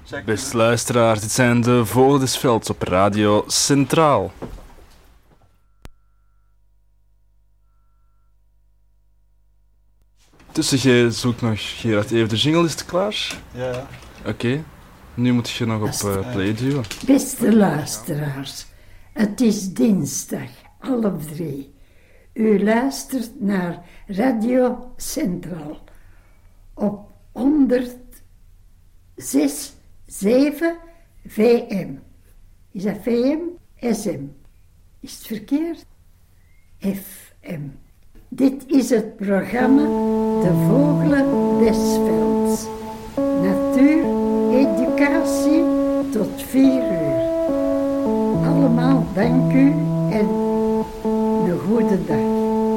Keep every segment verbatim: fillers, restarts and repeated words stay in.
Beste luisteraars, dit zijn de Vogelen des Velds op Radio Centraal. Tussen je zoekt nog, Gerard, even de jingle, is het klaar? Ja. Oké, okay. Nu moet je nog op uh, play duwen. Beste luisteraars, het is dinsdag, half drie. U luistert naar Radio Centraal op honderd zes zeven V M. Is dat V M? S M. Is het verkeerd? F M. Dit is het programma De Vogelen des Velds. Natuur, educatie tot vier uur. Allemaal dank u en een goede dag.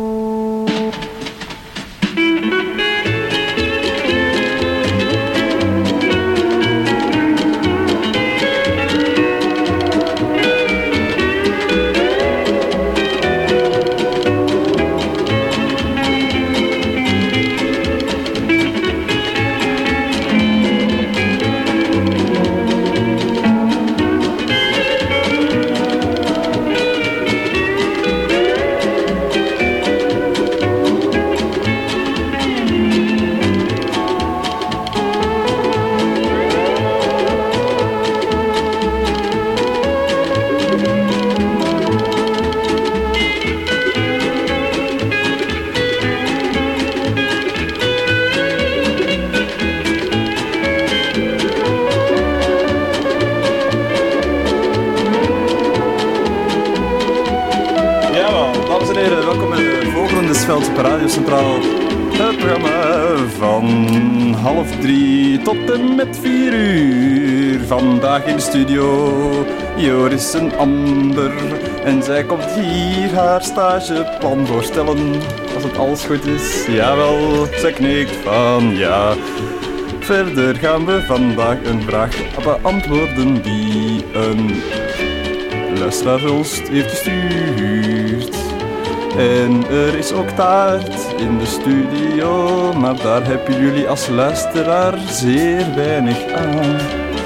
Centraal, het programma van half drie tot en met vier uur. Vandaag in de studio Joris en Amber en zij komt hier haar stageplan voorstellen. Als het alles goed is, jawel, zij knikt van ja. Verder gaan we vandaag een vraag beantwoorden die een luisteraar ons heeft gestuurd. En er is ook taart in de studio, maar daar hebben jullie als luisteraar zeer weinig aan.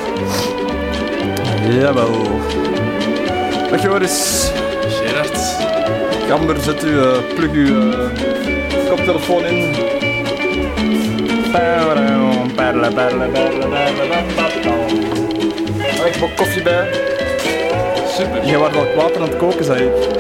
Jawel. Dag Joris. Gerard. Amber, zet u, uh, plug uw uh, koptelefoon in. Oh, ik heb koffie bij. Super. Je wordt wel water aan het koken, zei ik.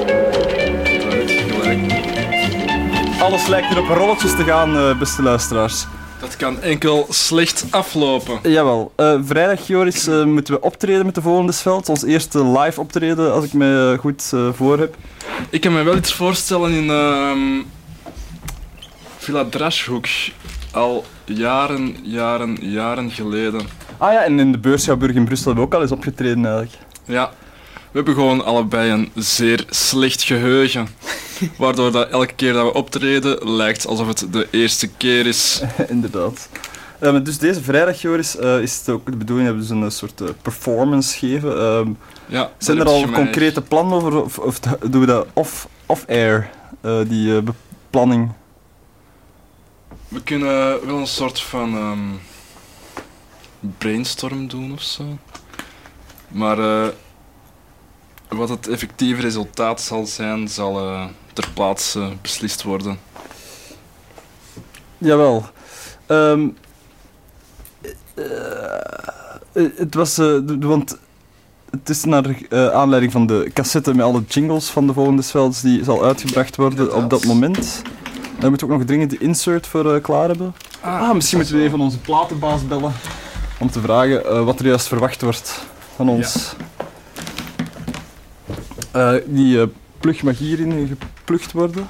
Alles lijkt hier op rolletjes te gaan, uh, beste luisteraars. Dat kan enkel slecht aflopen. Jawel. Uh, vrijdag, Joris, uh, moeten we optreden met de Vogelen des Velds. Ons eerste live optreden, als ik me uh, goed uh, voor heb. Ik kan me wel iets voorstellen in uh, Villa Drashoek. Al jaren, jaren, jaren geleden. Ah ja, en in de Beurschouwburg in Brussel hebben we ook al eens opgetreden eigenlijk. Ja, we hebben gewoon allebei een zeer slecht geheugen. Waardoor dat elke keer dat we optreden lijkt alsof het de eerste keer is. Inderdaad. Um, dus deze vrijdag, Joris, uh, is het ook de bedoeling dat we dus een soort uh, performance geven. Um, ja, zijn er al concrete plannen over, of, of doen we dat off, off-air, uh, die uh, beplanning? We kunnen wel een soort van um, brainstorm doen of zo. Maar uh, wat het effectieve resultaat zal zijn, zal uh, ter plaatse beslist worden. Jawel. Um, uh, het was, uh, want het is naar uh, aanleiding van de cassette met alle jingles van de Vogelen des Velds die zal uitgebracht worden. Inderdaad. Op dat moment. Dan moeten we ook nog dringend de insert voor uh, klaar hebben. Ah, ah misschien moeten we even onze platenbaas bellen om te vragen uh, wat er juist verwacht wordt van ons. Ja. Uh, die uh, plug mag hierin geplukt worden.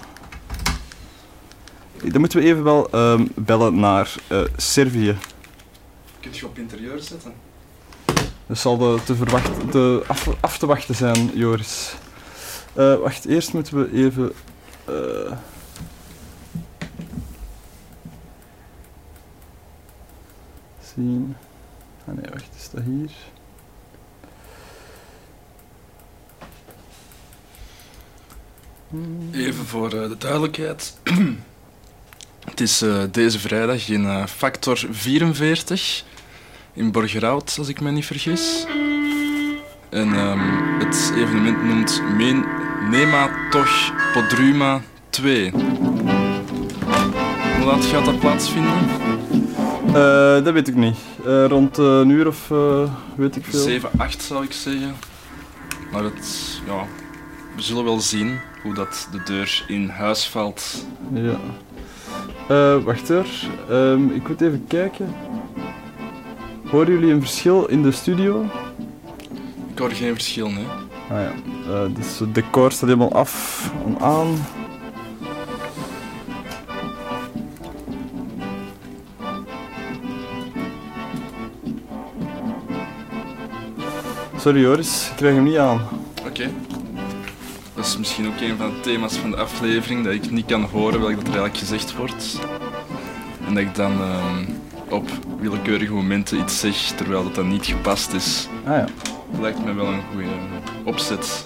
Dan moeten we even wel uh, bellen naar uh, Servië. Kun je op interieur zetten? Dat zal de, te, verwachten, te af, af te wachten zijn, Joris. Uh, wacht, eerst moeten we even... Uh, zien... Ah nee, wacht, is dat hier? Even voor uh, de duidelijkheid. Het is uh, deze vrijdag in uh, Factor vierenveertig in Borgerhout, als ik me niet vergis. En um, het evenement noemt Men- Nematoch Podruma twee. Hoe laat gaat dat plaatsvinden? Uh, dat weet ik niet. Uh, rond uh, een uur of uh, weet ik veel. zeven, acht zou ik zeggen. Maar het, ja, we zullen wel zien hoe dat de deur in huis valt. Ja. Uh, wacht hoor, um, ik moet even kijken. Horen jullie een verschil in de studio? Ik hoor geen verschil, nee. Ah ja, uh, dus het decor staat helemaal af en aan. Sorry Joris, ik krijg hem niet aan. Oké. Okay. Dat is misschien ook een van de thema's van de aflevering, dat ik niet kan horen welk dat er eigenlijk gezegd wordt. En dat ik dan um, op willekeurige momenten iets zeg, terwijl dat dan niet gepast is. Ah ja. Dat lijkt me wel een goede opzet.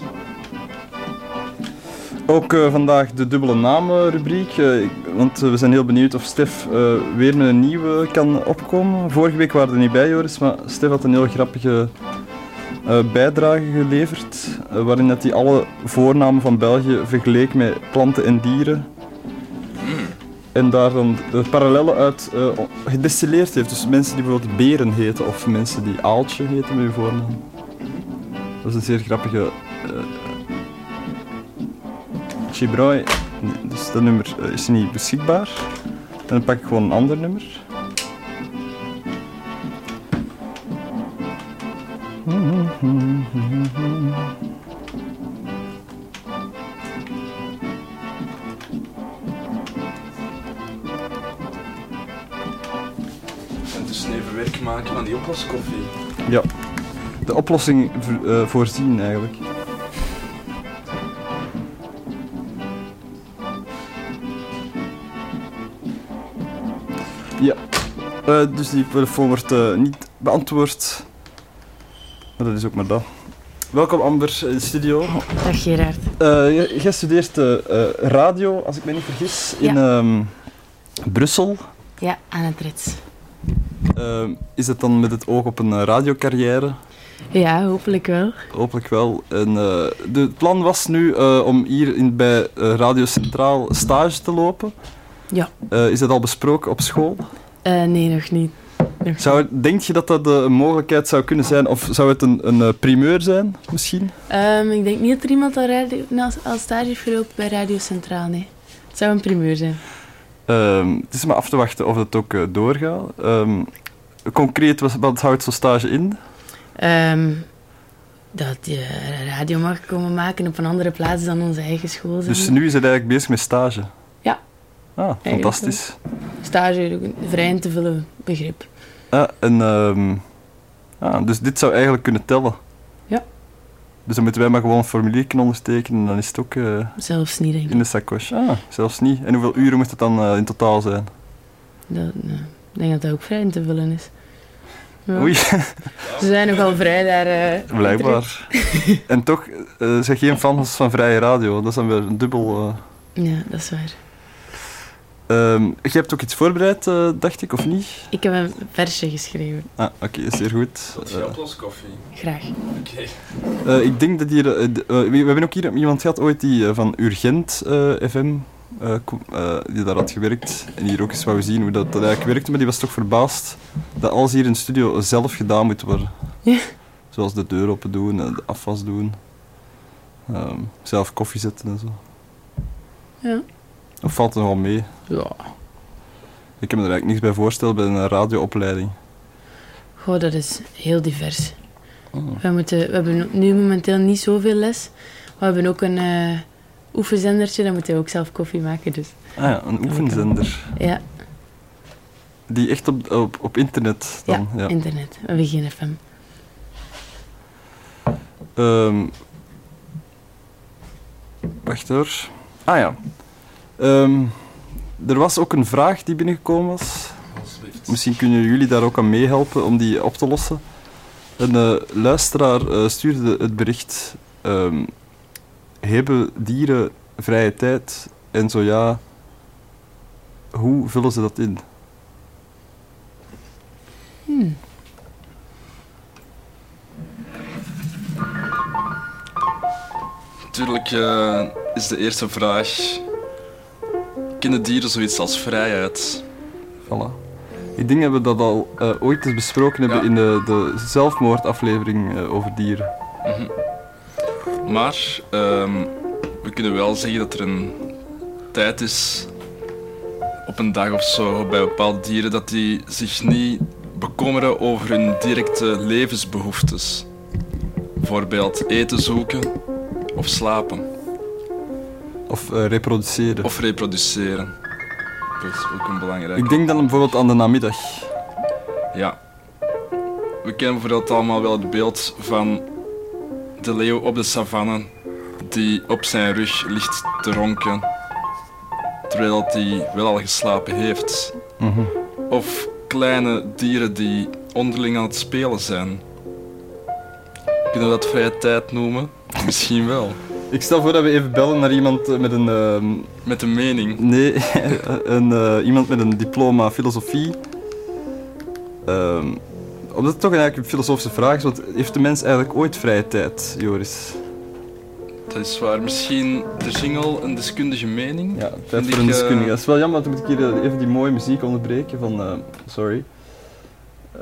Ook uh, vandaag de dubbele naamrubriek, uh, want uh, we zijn heel benieuwd of Stef uh, weer met een nieuwe kan opkomen. Vorige week waren we er niet bij, Joris, maar Stef had een heel grappige uh, bijdrage geleverd, uh, waarin dat hij alle voornamen van België vergeleek met planten en dieren. Mm. En daar dan de parallellen uit uh, gedestilleerd heeft. Dus mensen die bijvoorbeeld Beren heten, of mensen die Aaltje heten met hun voornaam. Dat is een zeer grappige... Uh, Chibroy, nee, dus dat nummer uh, is niet beschikbaar. En dan pak ik gewoon een ander nummer. En dus even werk maken aan die oploskoffie. Ja, de oplossing uh, voorzien eigenlijk. Ja, uh, dus die telefoon wordt uh, niet beantwoord. Maar dat is ook maar dat. Welkom Amber in de studio. Dag Gerard. Uh, jij studeert uh, uh, radio, als ik me niet vergis, in ja. um, Brussel. Ja, aan het Rits. Uh, is het dan met het oog op een uh, radiocarrière? Ja, hopelijk wel. Hopelijk wel. En, uh, de, het plan was nu uh, om hier in, bij uh, Radio Centraal stage te lopen. Ja. Uh, is dat al besproken op school? Uh, nee, nog niet. Nog Zou, denk je dat dat een mogelijkheid zou kunnen zijn? Of zou het een, een primeur zijn, misschien? Um, ik denk niet dat er iemand al, radio, al stage heeft gelopen bij Radio Centraal, nee. Het zou een primeur zijn. Um, het is maar af te wachten of het ook uh, doorgaat. Um, concreet, wat, wat houdt zo'n stage in? Um, dat je radio mag komen maken op een andere plaats dan onze eigen school. Dus nu is het eigenlijk bezig met stage? Ja. Ah, fantastisch. Stage, vrij in te vullen begrip. Ah, en, um, ah, dus dit zou eigenlijk kunnen tellen? Ja. Dus dan moeten wij maar gewoon een formulier ondertekenen en dan is het ook uh, zelfs niet, denk ik. in de sacoche. Ah, zelfs niet. En hoeveel uren moet het dan uh, in totaal zijn? Dat, uh, ik denk dat dat ook vrij in te vullen is. Ja. Oei. Ze zijn nogal vrij daar. Uh, Blijkbaar. En toch uh, zeg je geen fans van vrije radio. Dat is dan weer een dubbel... Uh... Ja, dat is waar. Um, je hebt ook iets voorbereid, uh, dacht ik, of niet? Ik heb een versje geschreven. Ah, oké, okay, zeer goed. Dat is uh, oploskoffie. Graag. Oké. Okay. Uh, ik denk dat hier... Uh, uh, we, we hebben ook hier iemand gehad ooit die uh, van Urgent uh, F M, uh, uh, die daar had gewerkt. En hier ook eens wou zien hoe dat, dat eigenlijk werkte, maar die was toch verbaasd dat alles hier in de studio zelf gedaan moet worden. Ja. Zoals de deur open doen, de afwas doen, um, zelf koffie zetten en zo. Ja. Of valt het nogal mee? Ja. Ik heb me er eigenlijk niks bij voorstellen bij een radioopleiding. Goh, dat is heel divers. Oh. We, moeten, we hebben nu momenteel niet zoveel les. Maar we hebben ook een uh, oefenzendertje, dan moeten we ook zelf koffie maken. Dus. Ah ja, een oefenzender. Ja. Die echt op, op, op internet dan? Ja, ja, internet. We hebben geen F M. Um, wacht hoor. Ah ja. Um, er was ook een vraag die binnengekomen was. Misschien kunnen jullie daar ook aan meehelpen om die op te lossen. Een uh, luisteraar uh, stuurde het bericht: um, hebben dieren vrije tijd? En zo ja, hoe vullen ze dat in? Hmm. Natuurlijk uh, is de eerste vraag... Kennen dieren zoiets als vrijheid? Voilà. Ik denk dat we dat al uh, ooit eens besproken hebben ja. in de, de zelfmoordaflevering uh, over dieren. Mm-hmm. Maar um, we kunnen wel zeggen dat er een tijd is, op een dag of zo, bij bepaalde dieren, dat die zich niet bekommeren over hun directe levensbehoeftes. Bijvoorbeeld eten zoeken of slapen. Of uh, reproduceren. Of reproduceren. Dat is ook een belangrijk. Ik denk dan bijvoorbeeld aan de namiddag. Ja. We kennen bijvoorbeeld allemaal wel het beeld van de leeuw op de savanne die op zijn rug ligt te ronken terwijl hij wel al geslapen heeft. Mm-hmm. Of kleine dieren die onderling aan het spelen zijn. Kunnen we dat vrije tijd noemen? Misschien wel. Ik stel voor dat we even bellen naar iemand met een... Uh... Met een mening? Nee, een, uh, iemand met een diploma filosofie. Uh, omdat het toch eigenlijk een filosofische vraag is, want heeft de mens eigenlijk ooit vrije tijd, Joris? Dat is waar. Misschien de jingle een deskundige mening? Ja, tijd voor een deskundige. Uh... Dat is wel jammer, want dan moet ik hier even die mooie muziek onderbreken van... Uh, sorry. Uh...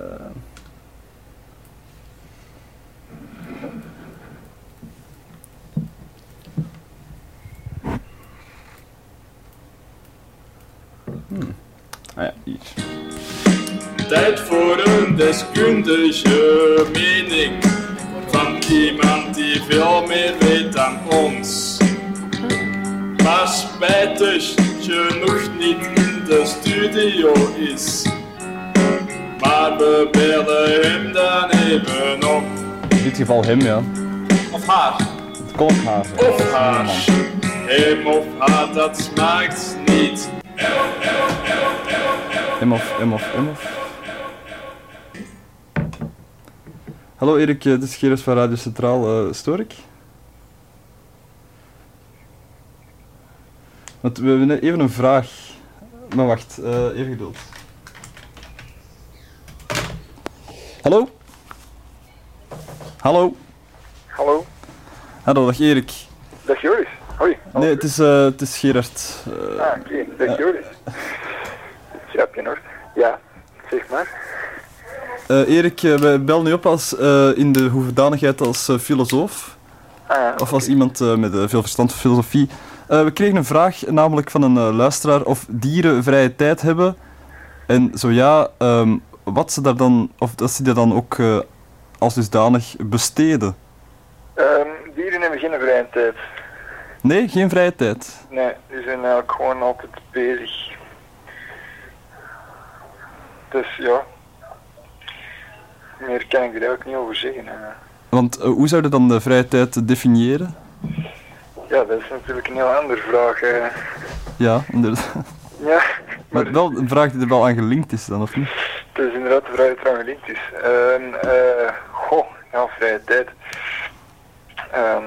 Hmm. Ah ja, hier. Tijd voor een deskundige mening van iemand die veel meer weet dan ons. Maar spijtig genoeg niet in de studio is. Maar we bellen hem dan even op. In dit geval hem, ja. Of haar. Het kon ook haar zijn. Of haar. Hem of haar, dat smaakt niet. M of, M of, M of. Hallo Erik, dit is Gerard van Radio Centraal. Uh, stoor ik? Want we hebben even een vraag. Maar wacht, uh, even geduld. Hallo? Hallo? Hallo? Hallo, dag Erik. Dag Joris. Hoi. Nee, het is, uh, het is Gerard. Uh, ah, oké. Okay. Dag ja. Joris. Schrapje nog. Ja, zeg maar. Uh, Erik, uh, we bellen nu op als, uh, in de hoedanigheid als uh, filosoof. Ah, ja, of okay. als iemand uh, met uh, veel verstand van filosofie. Uh, we kregen een vraag, namelijk van een uh, luisteraar, of dieren vrije tijd hebben. En zo ja, um, wat ze daar dan, of dat ze die dan ook uh, als dusdanig besteden. Um, dieren hebben geen vrije tijd. Nee, geen vrije tijd. Nee, die zijn eigenlijk gewoon altijd bezig. Dus ja, meer kan ik er eigenlijk niet over zeggen. Hè. Want uh, hoe zou je dan de vrije tijd definiëren? Ja, dat is natuurlijk een heel andere vraag. Hè. Ja, inderdaad. Ja, maar, maar wel een vraag die er wel aan gelinkt is dan, of niet? Het is inderdaad de vraag die er aan gelinkt is. Um, uh, goh, ja, vrije tijd. Um,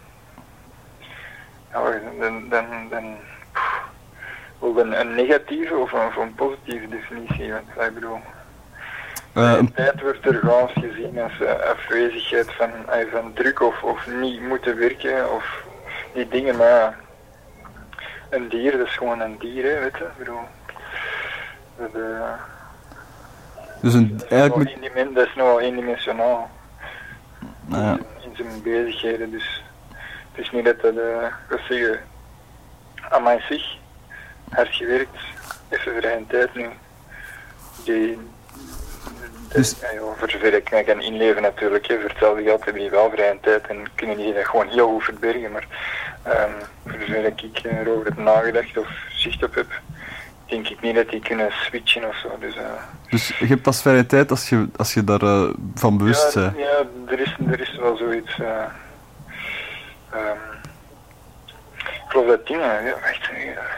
ja, dan, dan, dan ook een, een negatieve of een, of een positieve definitie, want ik bedoel... Uh, een tijd wordt er gans gezien als uh, afwezigheid van, uh, van druk of, of niet moeten werken of die dingen, maar een dier, dat is gewoon een dier, hè, weet je, ik bedoel... Dat, uh, dus een, dat, is eigenlijk... nogal dat is nogal eendimensionaal nou ja. in, in zijn bezigheden, dus het is niet dat dat, uh, ik zeggen, aan mij zich, hard gewerkt, even vrije tijd nu, die... Dus, ja, joh, voor zover ik me kan inleven natuurlijk, hè. Voor hetzelfde geld heb je wel vrije tijd en kunnen die dat gewoon heel goed verbergen, maar um, voor zover ik uh, erover heb nagedacht of zicht op heb, denk ik niet dat die kunnen switchen of zo. Dus, uh, dus je hebt pas vrije tijd als je, als je daar uh, van bewust ja, bent? Ja, er is, er is wel zoiets. Uh, um, ik geloof dat dingen, ja, wacht,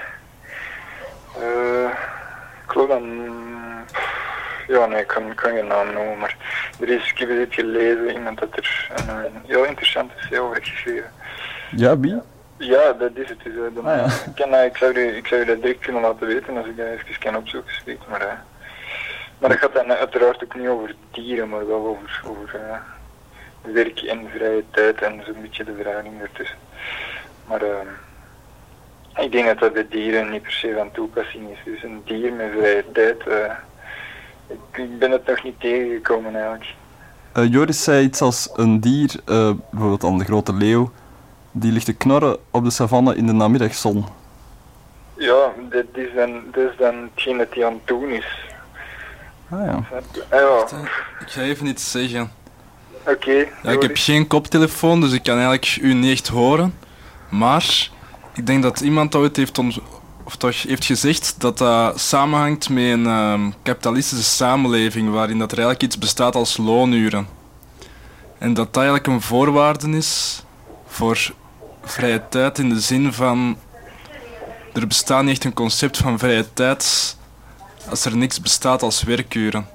uh, ik geloof dat... Ja, nee, ik kan, kan geen naam noemen, maar er is, ik heb dit gelezen, iemand dat er een, een heel interessante essay over heeft geschreven. Ja, wie? Ja, dat is het. Dus, uh, dan, ah, ja. ik, kan, uh, ik, zou die, ik zou je dat direct kunnen laten weten als ik dat even kan opzoeken, spreekt, maar, uh, maar dat gaat dan uh, uiteraard ook niet over dieren, maar wel over, over uh, werk en vrije tijd en zo'n beetje de verhouding ertussen. Maar uh, ik denk dat dat bij dieren niet per se van toepassing is. Dus een dier met vrije tijd, uh, ik, ik ben het nog niet tegengekomen eigenlijk. Uh, Joris zei iets als een dier, uh, bijvoorbeeld dan de grote leeuw, die ligt te knorren op de savanne in de namiddagzon. Ja, dat is dan, dat is dan hetgeen dat hij aan het doen is. Ah ja. Ah, ja. Ik ga even iets zeggen. Oké. Okay, ja, ik heb geen koptelefoon, dus ik kan eigenlijk u niet echt horen. Maar ik denk dat iemand ooit heeft, on- of toch heeft gezegd dat dat samenhangt met een um, kapitalistische samenleving waarin dat er eigenlijk iets bestaat als loonuren. En dat dat eigenlijk een voorwaarde is voor vrije tijd in de zin van er bestaat niet echt een concept van vrije tijd als er niks bestaat als werkuren.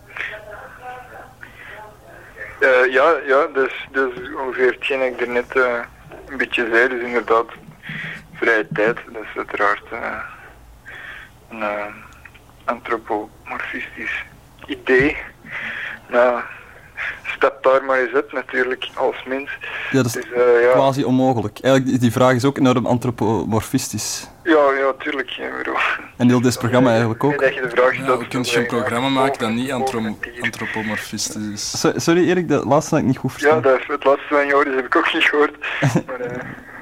Uh, ja, ja, dat is, dat is ongeveer hetgeen ik er net uh, een beetje zei. Dus inderdaad, vrije tijd, dat is uiteraard uh, een uh, antropomorfistisch idee. Nou, stap daar maar eens uit natuurlijk, als mens. Ja, dat is dus, uh, ja. quasi onmogelijk. Eigenlijk, die vraag is ook enorm antropomorfistisch. Ja, ja, tuurlijk. Ja, en heel dit programma eigenlijk ook. Dat je de vraag stelt, ja, hoe kun je een programma maken dat niet antro- antropomorfistisch is? So, sorry Erik, dat laatste had ik niet goed verstaan. Ja, dat, het laatste van Joris heb ik ook niet gehoord. maar, uh,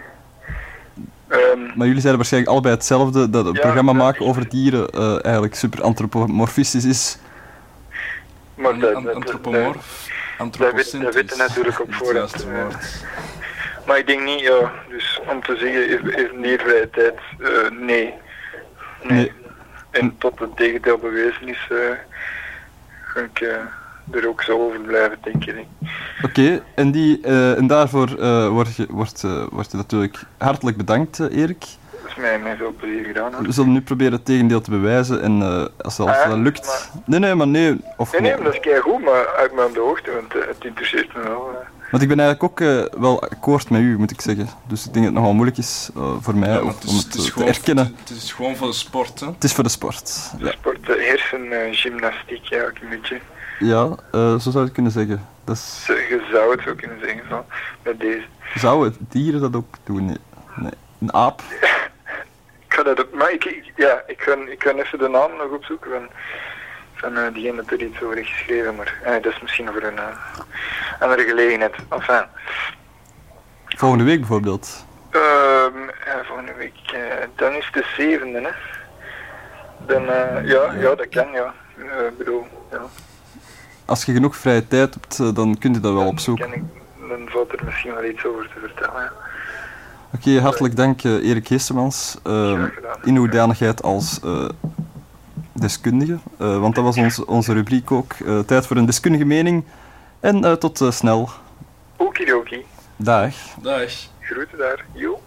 um, maar jullie zeiden waarschijnlijk allebei hetzelfde, dat een ja, programma maken over dieren uh, eigenlijk super antropomorfistisch is. Maar dat, dat, antropomorf? Dat, dat, weet, dat weet je natuurlijk op voorhand. Uh, maar ik denk niet, ja, dus om te zeggen, heeft een dier vrije tijd? Uh, nee. nee. Nee. En tot het tegendeel bewezen is, uh, ga ik uh, er ook zo over blijven denken. Oké, okay, en, uh, en daarvoor uh, word, je, wordt, uh, wordt je natuurlijk hartelijk bedankt, uh, Erik. Dat is mij, mij veel plezier gedaan. Hoor. We zullen nu proberen het tegendeel te bewijzen en uh, als, als ah, dat lukt... Maar... Nee, nee, maar nee. Of nee, nee, maar dat is keigoed, maar uit me aan de hoogte, want uh, het interesseert me wel. Uh. Want ik ben eigenlijk ook uh, wel akkoord met u, moet ik zeggen. Dus ik denk dat het nogal moeilijk is uh, voor mij ja, om het, is, om het, het is te gewoon, erkennen. Het is gewoon voor de sport, hè? Het is voor de sport. De ja. sport, de hersengymnastiek, ja, ook een beetje. Ja, uh, zo zou je het kunnen zeggen. Dat is... Je zou het zo kunnen zeggen, zo, met deze. Zouden dieren dat ook doen? Nee. nee. Een aap? Ik ga dat ook, maar ik, ik, ja, ik ga, ik ga even de naam nog opzoeken van, van uh, diegene dat er iets over heeft geschreven, maar uh, dat is misschien voor een uh, andere gelegenheid. Enfin. Volgende week bijvoorbeeld? Uh, uh, volgende week, uh, dan is het de zevende, hè. Dan, uh, ja, ja, dat kan, ja. Ik uh, bedoel, ja. Als je genoeg vrije tijd hebt, uh, dan kun je dat wel opzoeken. Dan, ik, dan valt er misschien wel iets over te vertellen, ja. Oké, okay, hartelijk dank uh, Erik Geestemans, uh, in uw hoedanigheid als uh, deskundige, uh, want dat was ons, onze rubriek ook. Uh, tijd voor een deskundige mening en uh, tot uh, snel. Okidoki. Dag. Dag. Groeten daar, jo.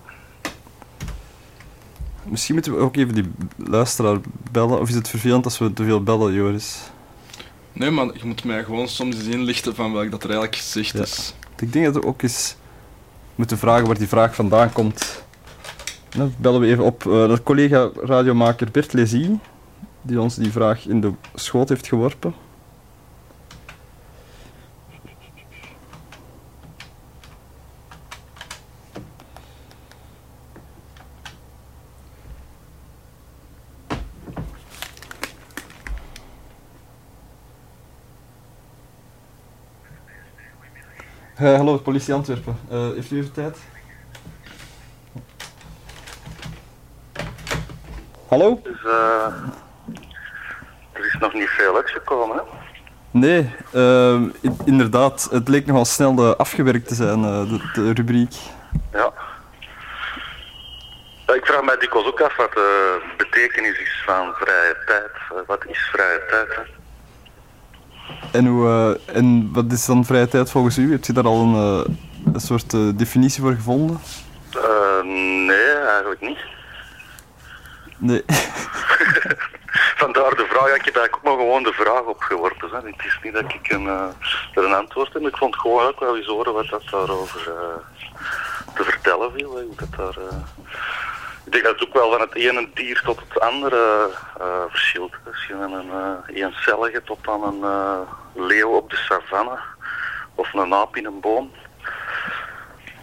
Misschien moeten we ook even die luisteraar bellen, of is het vervelend als we te veel bellen, Joris? Nee, maar je moet mij gewoon soms eens inlichten van welk dat er eigenlijk gezegd ja. is. Ik denk dat we ook eens moeten vragen waar die vraag vandaan komt. Dan bellen we even op uh, de collega radiomaker Bert Lézy, die ons die vraag in de schoot heeft geworpen. Uh, hallo, politie Antwerpen. Uh, heeft u even tijd? Hallo? Dus uh, er is nog niet veel uitgekomen, hè? Nee, uh, in, inderdaad. Het leek nogal snel uh, afgewerkt te zijn, uh, de, de rubriek. Ja. ja. Ik vraag mij dikwijls ook af wat de betekenis is van vrije tijd. Uh, wat is vrije tijd, hè? En, hoe, uh, en wat is dan vrije tijd volgens u? Heb je daar al een, uh, een soort uh, definitie voor gevonden? Uh, nee, eigenlijk niet. Nee. Vandaar de vraag, ik heb eigenlijk ook maar gewoon de vraag opgeworpen. Hè. Het is niet dat ik een, uh, er een antwoord heb, maar ik vond gewoon ook wel eens horen wat dat daarover uh, te vertellen viel. Hè. Hoe dat daar, uh... Ik denk dat het ook wel van het ene dier tot het andere uh, verschilt. Als je een uh, eencellige tot aan een uh, leeuw op de savanne of een aap in een boom.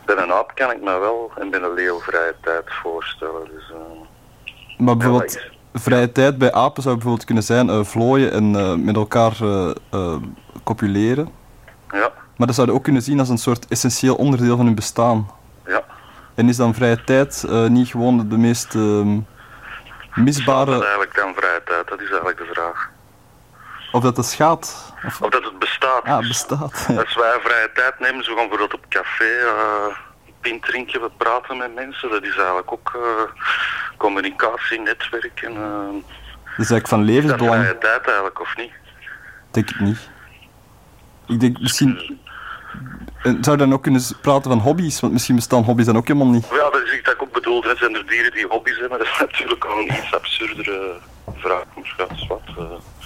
bij een aap kan ik me wel en bij een leeuw vrije tijd voorstellen. Dus, uh, Maar bijvoorbeeld, ja, vrije tijd bij apen zou bijvoorbeeld kunnen zijn uh, vlooien en uh, met elkaar uh, uh, copuleren. Ja. Maar dat zouden we ook kunnen zien als een soort essentieel onderdeel van hun bestaan. Ja. En is dan vrije tijd uh, niet gewoon de, de meest uh, misbare... Bestaat dat eigenlijk dan vrije tijd? Dat is eigenlijk de vraag. Of dat het schaadt? Of... Of dat het bestaat. Ah, bestaat. Als wij vrije tijd nemen, zo gaan bijvoorbeeld op café, uh, pint drinken, we praten met mensen. Dat is eigenlijk ook uh, communicatie, netwerken. Uh, Dat is eigenlijk van is dat levensbelang. vrije tijd eigenlijk, of niet? Denk ik niet. Ik denk misschien... En zou je dan ook kunnen praten van hobby's? Want misschien bestaan hobby's dan ook helemaal niet. Ja, dat is iets dat ik ook bedoel. Er zijn er dieren die hobby's hebben. Dat is natuurlijk al een iets absurdere vraag. Misschien wat. Uh.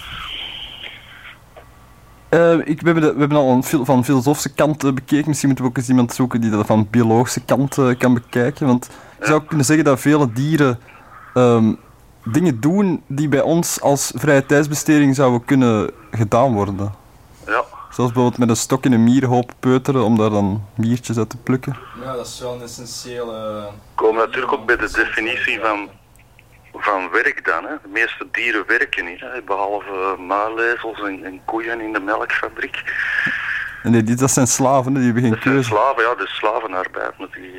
Uh, ik, we, hebben de, we hebben al een fil- van filosofische kant uh, bekeken. Misschien moeten we ook eens iemand zoeken die dat van biologische kant uh, kan bekijken. Want je zou kunnen zeggen dat vele dieren um, dingen doen die bij ons als vrije tijdsbesteding zouden kunnen gedaan worden. Ja. Zoals bijvoorbeeld met een stok in een mierenhoop peuteren om daar dan miertjes uit te plukken. Ja, dat is wel een essentiële... We komen natuurlijk ook bij de definitie van, van werk dan. Hè. De meeste dieren werken niet, hè, behalve muilezels en, en koeien in de melkfabriek. En nee, die, dat zijn slaven, hè, die hebben geen Dat zijn keuze. slaven, ja, de slavenarbeid, maar die,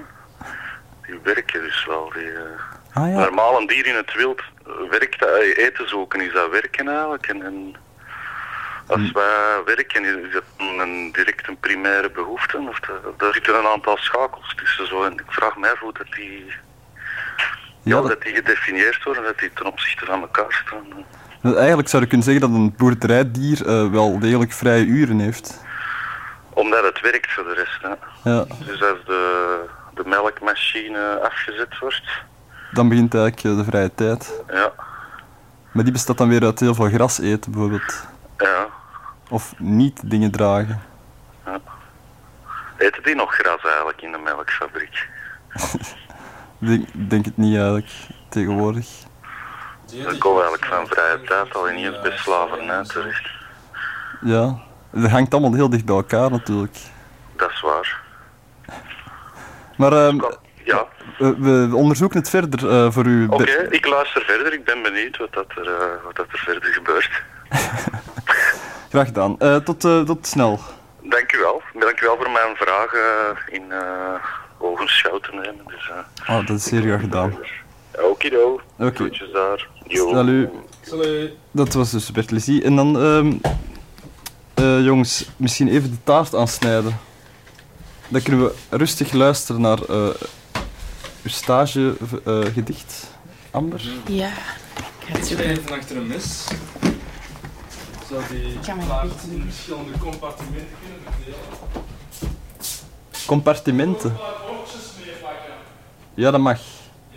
die werken dus wel. Die, uh, Ah ja. Normaal een dier in het wild werkt, uh, eten zoeken is dat werken eigenlijk. En, en als wij werken is dat een, direct een primaire behoefte. Of de, daar zitten een aantal schakels tussen. Zo. En ik vraag mij af hoe dat die, ja, Ja, dat die gedefinieerd worden, dat die ten opzichte van elkaar staan. dat, eigenlijk zou je kunnen zeggen dat een boerderijdier uh, wel degelijk vrije uren heeft. Omdat het werkt voor de rest. Hè. Ja. Dus als de, de melkmachine afgezet wordt, Dan begint eigenlijk uh, de vrije tijd. ja, Maar die bestaat dan weer uit heel veel gras eten, bijvoorbeeld. ja, Of niet dingen dragen. ja. Eten die nog gras eigenlijk in de melkfabriek? Ik denk, denk het niet eigenlijk, tegenwoordig. Dat komt eigenlijk van vrije tijd al in eens bij slavernij terecht. Ja, dat hangt allemaal heel dicht bij elkaar natuurlijk. Dat is waar. Maar ehm, Ja, we, we onderzoeken het verder uh, voor u. oké, okay, ik luister verder. Ik ben benieuwd wat, dat er, uh, wat dat er verder gebeurt. Graag gedaan. Uh, tot, uh, tot snel. Dank u wel. Dank u wel voor mijn vragen in uh, ogenschouw te nemen. Dus, uh, Oh, dat is zeer graag gedaan. Okido. Oké. Groetjes daar. Yo. Salut. Salut. Dat was dus Bert Lezy. En dan, um, uh, jongens, misschien even de taart aansnijden. Dan kunnen we rustig luisteren naar uh, uw stagegedicht, uh, Amber. Ja, ik ga het Ik zoeken. even achter een mes. Zou die ga mijn taart gebied in verschillende compartimenten kunnen verdelen? Compartimenten. Een paar bordjes meepakken. Ja, dat mag.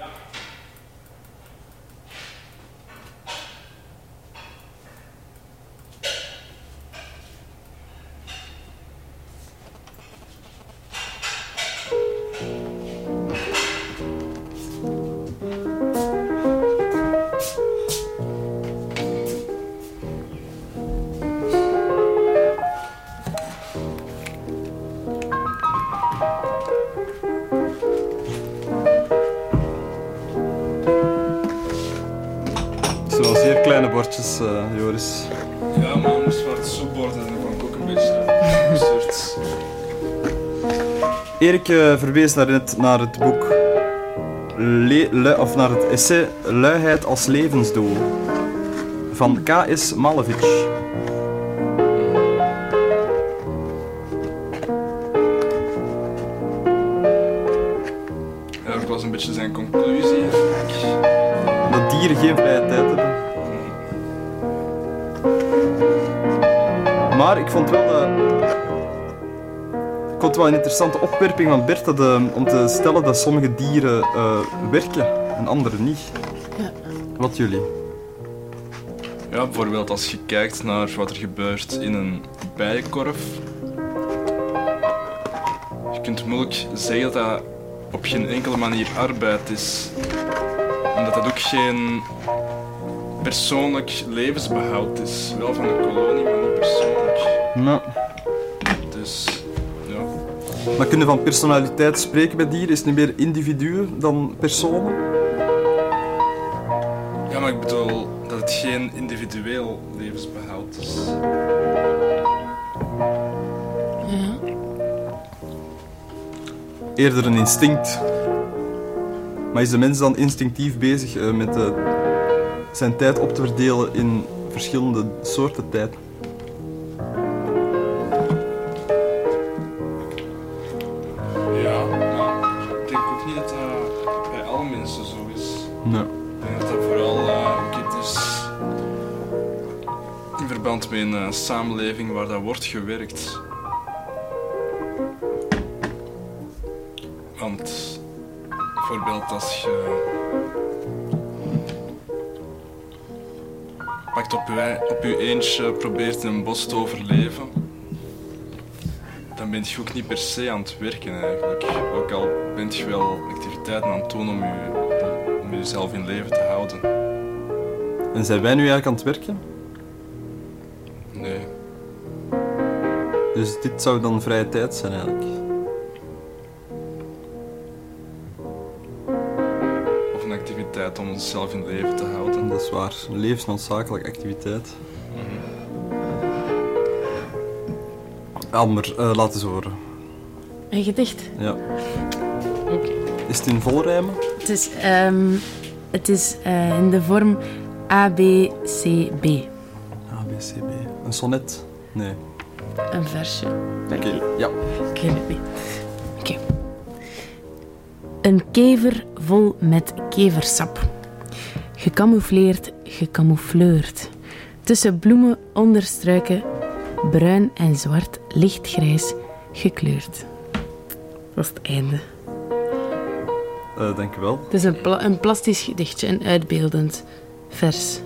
Het zijn wel zeer kleine bordjes, uh, Joris. Ja, maar het moest zwart soepbord en dat vond ik ook een beetje absurd. Erik uh, verwees daarnet naar het boek, Le- Lu- of naar het essay Luiheid als levensdoel van K S Malevich. Ja, dat was een beetje zijn conclusie eigenlijk. Dat dieren geen vrije tijd hebben. Maar ik vond wel dat... Ik vond het wel een interessante opwerping van Bert dat, uh, om te stellen dat sommige dieren uh, werken en andere niet. Ja. Wat jullie? Ja, bijvoorbeeld als je kijkt naar wat er gebeurt in een bijenkorf. Je kunt moeilijk zeggen dat dat op geen enkele manier arbeid is. Omdat dat ook geen persoonlijk levensbehoud is. Wel van de kolonie, maar niet persoonlijk. Nou, Dus, ja. Maar kunnen we van personaliteit spreken bij dieren? Is het niet meer individuen dan personen? Ja, maar ik bedoel dat het geen individueel levensbehoud is. Ja. Eerder een instinct. Maar is de mens dan instinctief bezig uh, met uh, zijn tijd op te verdelen in verschillende soorten tijd? Ja, maar ik denk ook niet dat dat bij alle mensen zo is. Nee. Ik denk dat dat vooral uh, ook iets is in verband met een uh, samenleving waar dat wordt gewerkt. Want bijvoorbeeld als je pakt op je, op je eentje probeert in een bos te overleven, dan ben je ook niet per se aan het werken eigenlijk. Ook al ben je wel activiteiten aan het doen om, je, om jezelf in leven te houden. En zijn wij nu eigenlijk aan het werken? Nee. Dus dit zou dan vrije tijd zijn eigenlijk? Of een activiteit om onszelf in leven te houden. Dat is waar. Een levensnoodzakelijke activiteit. Elmer, uh, laat eens horen. Een gedicht? Ja. Is het in volrijmen? Het is, um, het is uh, in de vorm A B C B. A B C B. Een sonnet? Nee. Een versje. Oké, okay. Ja. Ik weet het niet. Oké. Okay. Een kever vol met keversap. Gecamoufleerd, gecamoufleurd. Tussen bloemen onder struiken, bruin en zwart, lichtgrijs gekleurd. Dat is het einde. Uh, dank u wel. Het is een, pla- een plastisch gedichtje, een uitbeeldend vers.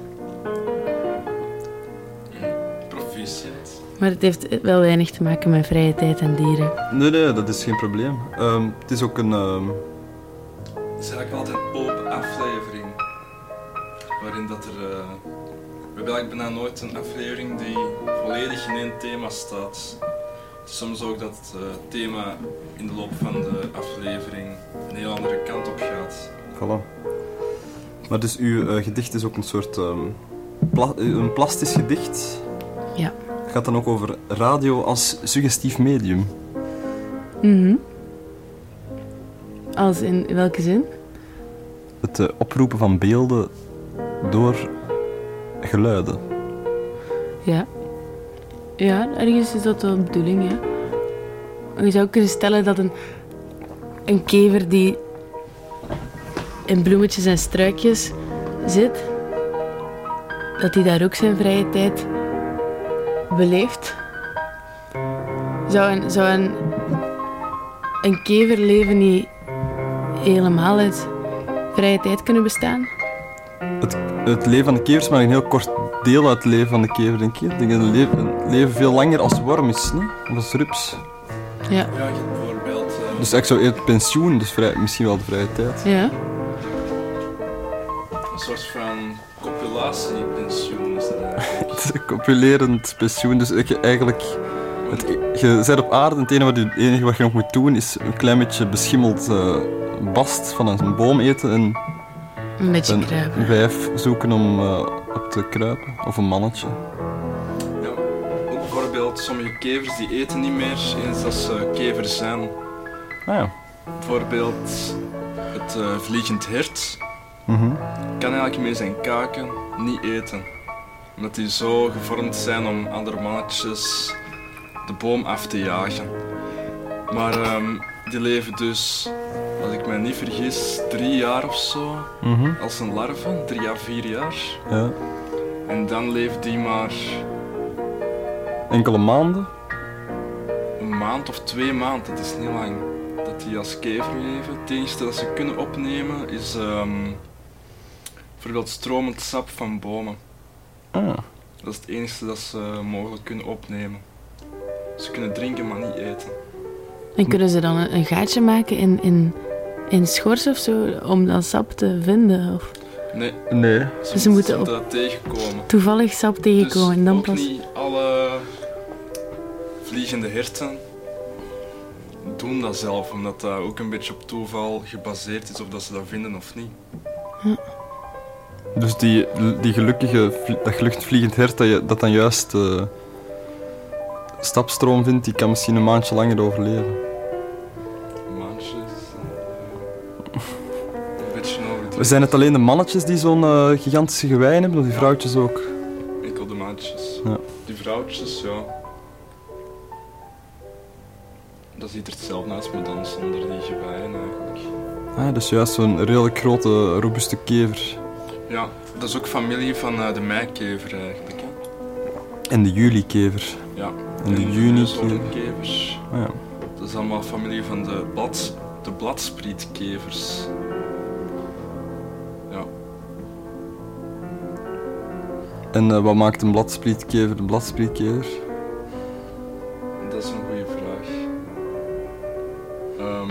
Proficiat. Maar het heeft wel weinig te maken met vrije tijd en dieren. Nee, nee, dat is geen probleem. Um, het is ook een... Um... Het is eigenlijk altijd een open aflevering. Waarin dat er... Uh... We hebben eigenlijk bijna nooit een aflevering die volledig in één thema staat. Het is soms ook dat het uh, thema in de loop van de aflevering een heel andere kant op gaat. Voilà. Maar dus uw uh, gedicht is ook een soort... Um, pla- een plastisch gedicht. Ja. Het gaat dan ook over radio als suggestief medium. Mhm. Als in welke zin? Het uh, oproepen van beelden door geluiden. Ja. Ja, ergens is dat wel de bedoeling, ja. Je zou kunnen stellen dat een, een kever die in bloemetjes en struikjes zit, dat hij daar ook zijn vrije tijd beleeft. Zou een, zou een, een keverleven niet helemaal uit vrije tijd kunnen bestaan? Het, het leven van de kever is maar een heel kort deel uit het leven van de kever, denk ik. Ik denk dat een leven, een leven veel langer als worm is, nee? Of als rups. Ja. Ja, je hebt bijvoorbeeld... Uh... Dus ik zou eerder pensioen, dus vrij, misschien wel de vrije tijd. Ja. Een soort van copulatiepensioen is dat eigenlijk. Het is een copulerend pensioen, dus ik, eigenlijk... Het, je bent op aarde en het enige wat, je, het enige wat je nog moet doen is een klein beetje beschimmeld uh, bast van een boom eten en een beetje een kruipen. wijf zoeken om uh, op te kruipen, of een mannetje. Ja, ook bijvoorbeeld sommige kevers die eten niet meer eens als ze kevers zijn. Ah ja. Bijvoorbeeld het uh, vliegend hert Mm-hmm. kan eigenlijk met zijn kaken niet eten. Omdat die zo gevormd zijn om andere mannetjes de boom af te jagen. Maar um, die leven dus, als ik me niet vergis, drie jaar of zo Mm-hmm. als een larve, drie à vier jaar. Ja. En dan leeft die maar Enkele maanden. een maand of twee maanden, dat is niet lang. Dat die als kever leven. Het enige dat ze kunnen opnemen is um, bijvoorbeeld stromend sap van bomen. Ah. Dat is het enige dat ze mogelijk kunnen opnemen. Ze kunnen drinken, maar niet eten. En kunnen ze dan een, een gaatje maken in, in, in schors of zo, om dat sap te vinden? Of Nee, Nee. ze, Dus ze moeten moeten dat tegenkomen. toevallig sap tegenkomen Dus en dan ook pas... niet alle vliegende herten doen dat zelf, omdat dat ook een beetje op toeval gebaseerd is of dat ze dat vinden of niet. Dus die, die gelukkige, dat geluchtvliegend hert dat, je, dat dan juist uh, stapstroom vindt, die kan misschien een maandje langer overleven. Maandjes... Uh, een beetje over... Zijn het alleen de mannetjes die zo'n uh, gigantische geweien hebben, of die vrouwtjes ook? Enkel de maandjes. Ja. Die vrouwtjes, ja... Dat ziet er hetzelfde uit, maar dan zonder die geweien eigenlijk. Ah, dat is juist zo'n redelijk grote, robuuste kever. Ja, dat is ook familie van uh, de meikever eigenlijk. Hè? En de julikever. Ja. En de en junikever. de kevers. Ah, ja. Dat is allemaal familie van de, blad, de bladsprietkevers. Ja. En uh, wat maakt een bladsprietkever een bladsprietkever? Dat is een goede vraag. Um,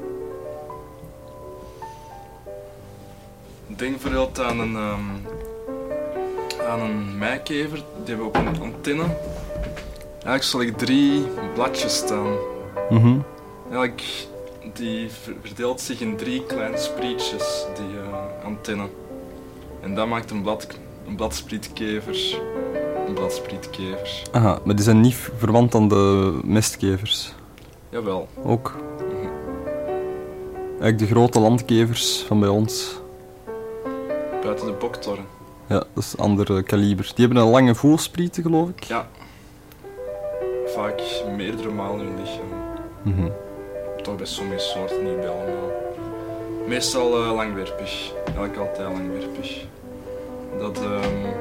denk bijvoorbeeld aan een, um, aan een meikever, die hebben op een antenne. Eigenlijk zal ik drie bladjes staan. Mm-hmm. Eigenlijk, die verdeelt zich in drie kleine sprietjes, die uh, antenne. En dat maakt een, blad, een bladsprietkever een bladsprietkever. Aha, maar die zijn niet verwant aan de mestkevers? Jawel. Ook? Eigenlijk de grote landkevers van bij ons. Buiten de boktorren. Ja, dat is een ander kaliber. Die hebben een lange voelsprieten, geloof ik. Ja. Vaak meerdere malen in hun lichaam. Mm-hmm. Toch bij sommige soorten, niet bij allemaal. Meestal uh, langwerpig. Eigenlijk altijd langwerpig. Dat um,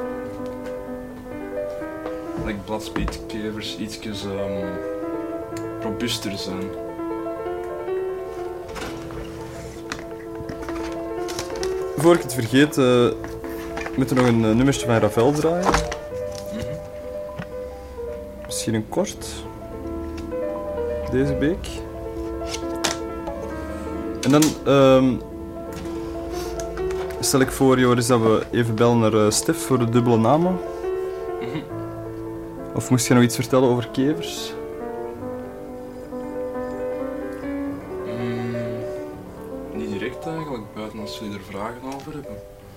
like bladsprietkevers ietsjes um, robuuster zijn. Voor ik het vergeet, uh, moeten we nog een uh, nummertje van Ravel draaien. Mm-hmm. Misschien een kort. Deze beek. En dan um, stel ik voor, Joris, dat we even bellen naar uh, Stef voor de dubbele namen. Mm-hmm. Of moest je nog iets vertellen over kevers? Mm, niet direct eigenlijk, buiten als jullie er vragen over hebben.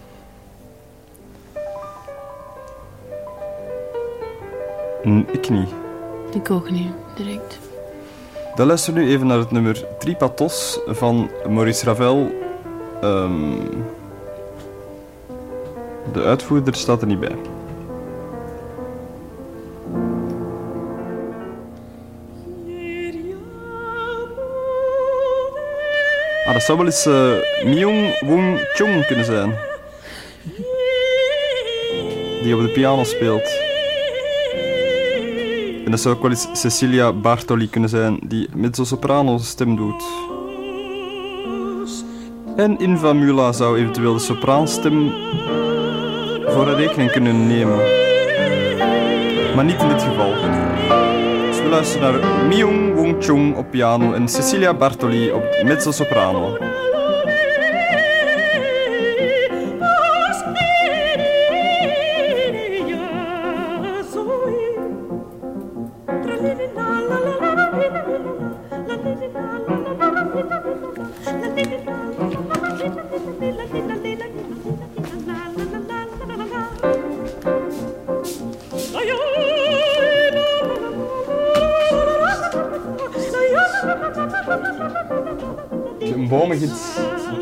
N- ik niet. Ik ook niet, direct. Dan luisteren we nu even naar het nummer Tripatos van Maurice Ravel. Um, de uitvoerder staat er niet bij. Ah, dat zou wel eens uh, Myung Wong Chung kunnen zijn. Die op de piano speelt. En dat zou ook wel eens Cecilia Bartoli kunnen zijn, die mezzo-soprano stem doet. En Inva Mula zou eventueel de sopraanstem voor haar rekening kunnen nemen. Maar niet in dit geval. Dus we luisteren naar Myung Wong Chung op piano en Cecilia Bartoli op mezzo-soprano. Een bomengids.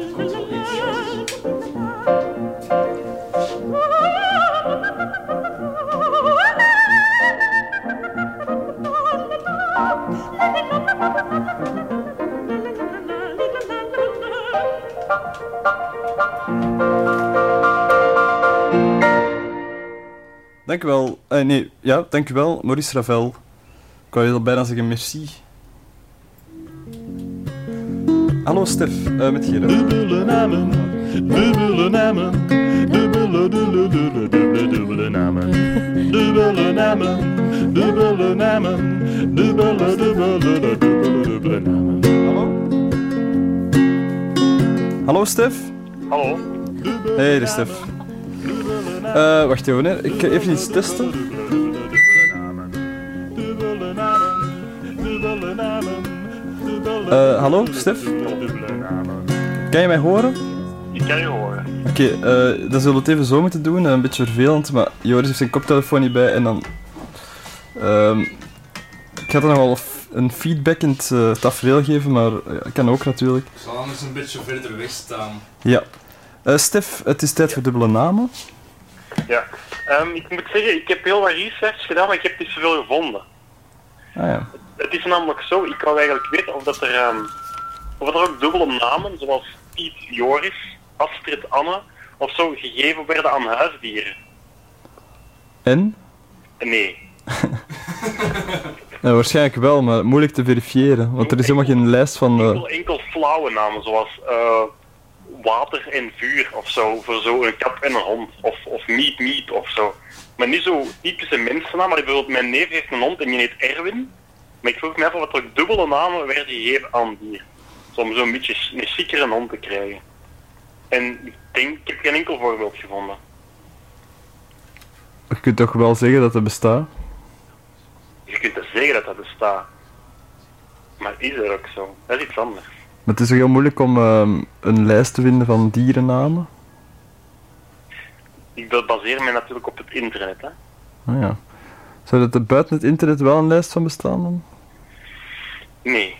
Dank u wel. Uh, nee, ja, dank u wel, Maurice Ravel. Ik wou je al bijna zeggen merci. Hallo Stef, uh, met Gerard. Dubbele namen, dubbele namen, dubbele, dubbele, dubbele, dubbele, dubbele namen. Dubbele namen, dubbele namen, dubbele, dubbele, dubbele, dubbele namen. Hallo? Hallo Stef? Hallo? Hey, de Stef. Uh, wacht even, hè. Ik ga even iets testen. Dubbele namen, dubbele namen, dubbele namen, Uh, hallo, Stef? Kan je mij horen? Ik kan je horen. Oké, okay, uh, dan zullen we het even zo moeten doen. Een beetje vervelend, maar Joris heeft zijn koptelefoon niet bij en dan... Uh, ik ga er nog wel f- een feedback in het uh, tafereel geven, maar uh, kan ook natuurlijk. Ik zal anders een beetje verder weg staan. Ja. Uh, Stef, het is tijd voor dubbele namen. Ja. Um, ik moet zeggen, ik heb heel wat research gedaan, maar ik heb niet zoveel gevonden. Ah ja. Het is namelijk zo, ik wou eigenlijk weten of, dat er, um, of er ook dubbele namen, zoals Piet, Joris, Astrid, Anne, of zo, gegeven werden aan huisdieren. En? Nee. Ja, waarschijnlijk wel, maar moeilijk te verifiëren, want er is helemaal geen lijst van... Uh... Enkel, enkel flauwe namen, zoals uh, water en vuur of zo, voor zo een kat en een hond, of, of meat meat of zo. Maar niet zo typische mensennaam, maar bijvoorbeeld mijn neef heeft een hond en die heet Erwin. Maar ik vroeg me af of er ook dubbele namen werden gegeven aan dieren. Zo om zo'n beetje een chicere hond te krijgen. En ik denk, ik heb geen enkel voorbeeld gevonden. Je kunt toch wel zeggen dat het bestaat? Je kunt er zeggen dat dat bestaat. Maar is dat ook zo? Dat is iets anders. Maar het is toch heel moeilijk om uh, een lijst te vinden van dierennamen? Ik baseer mij natuurlijk op het internet, hè. Ah ja. Zou dat er buiten het internet wel een lijst van bestaan dan? Nee.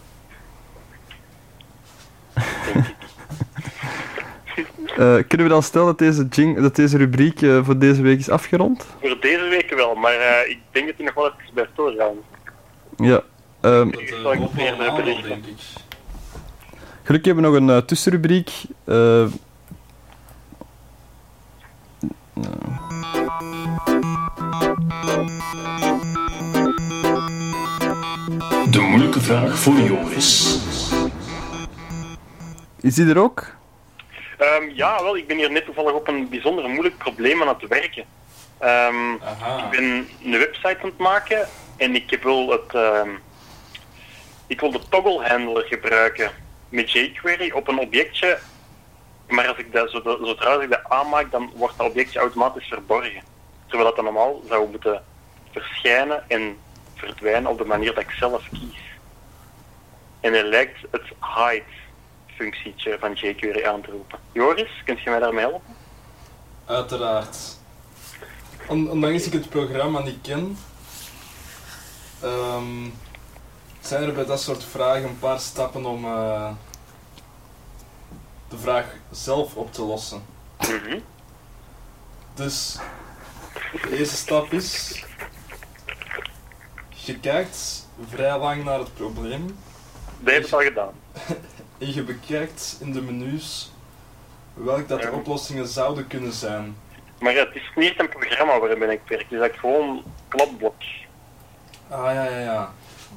uh, kunnen we dan stellen dat deze, jing- dat deze rubriek uh, voor deze week is afgerond? Voor deze week wel, maar uh, ik denk dat hij nog wel even bij doorgaan. Ja. Um, Dat uh, loopt wel aan, denk ik. Gelukkig hebben we nog een uh, tussenrubriek. Uh, De moeilijke vraag voor Joris. Is die er ook? Um, ja, wel, ik ben hier net toevallig op een bijzonder moeilijk probleem aan het werken. Um, ik ben een website aan het maken en ik wil het, um, ik wil de toggle handler gebruiken met jQuery op een objectje, maar als ik dat, zodra ik dat aanmaak, dan wordt dat objectje automatisch verborgen. Terwijl dat dan normaal zou moeten verschijnen en verdwijnen op de manier dat ik zelf kies. En er lijkt het hide functietje van jQuery aan te roepen. Joris, kunt je mij daarmee helpen? Uiteraard. On- ondanks ik het programma niet ken, um, zijn er bij dat soort vragen een paar stappen om uh, de vraag zelf op te lossen. Mm-hmm. Dus, de eerste stap is, je kijkt vrij lang naar het probleem. Dat heb ik al gedaan. En je bekijkt in de menus welke dat de oplossingen zouden kunnen zijn. Maar het is niet echt een programma waarin ik werk, het is echt gewoon kladblok. Ah ja, ja, ja.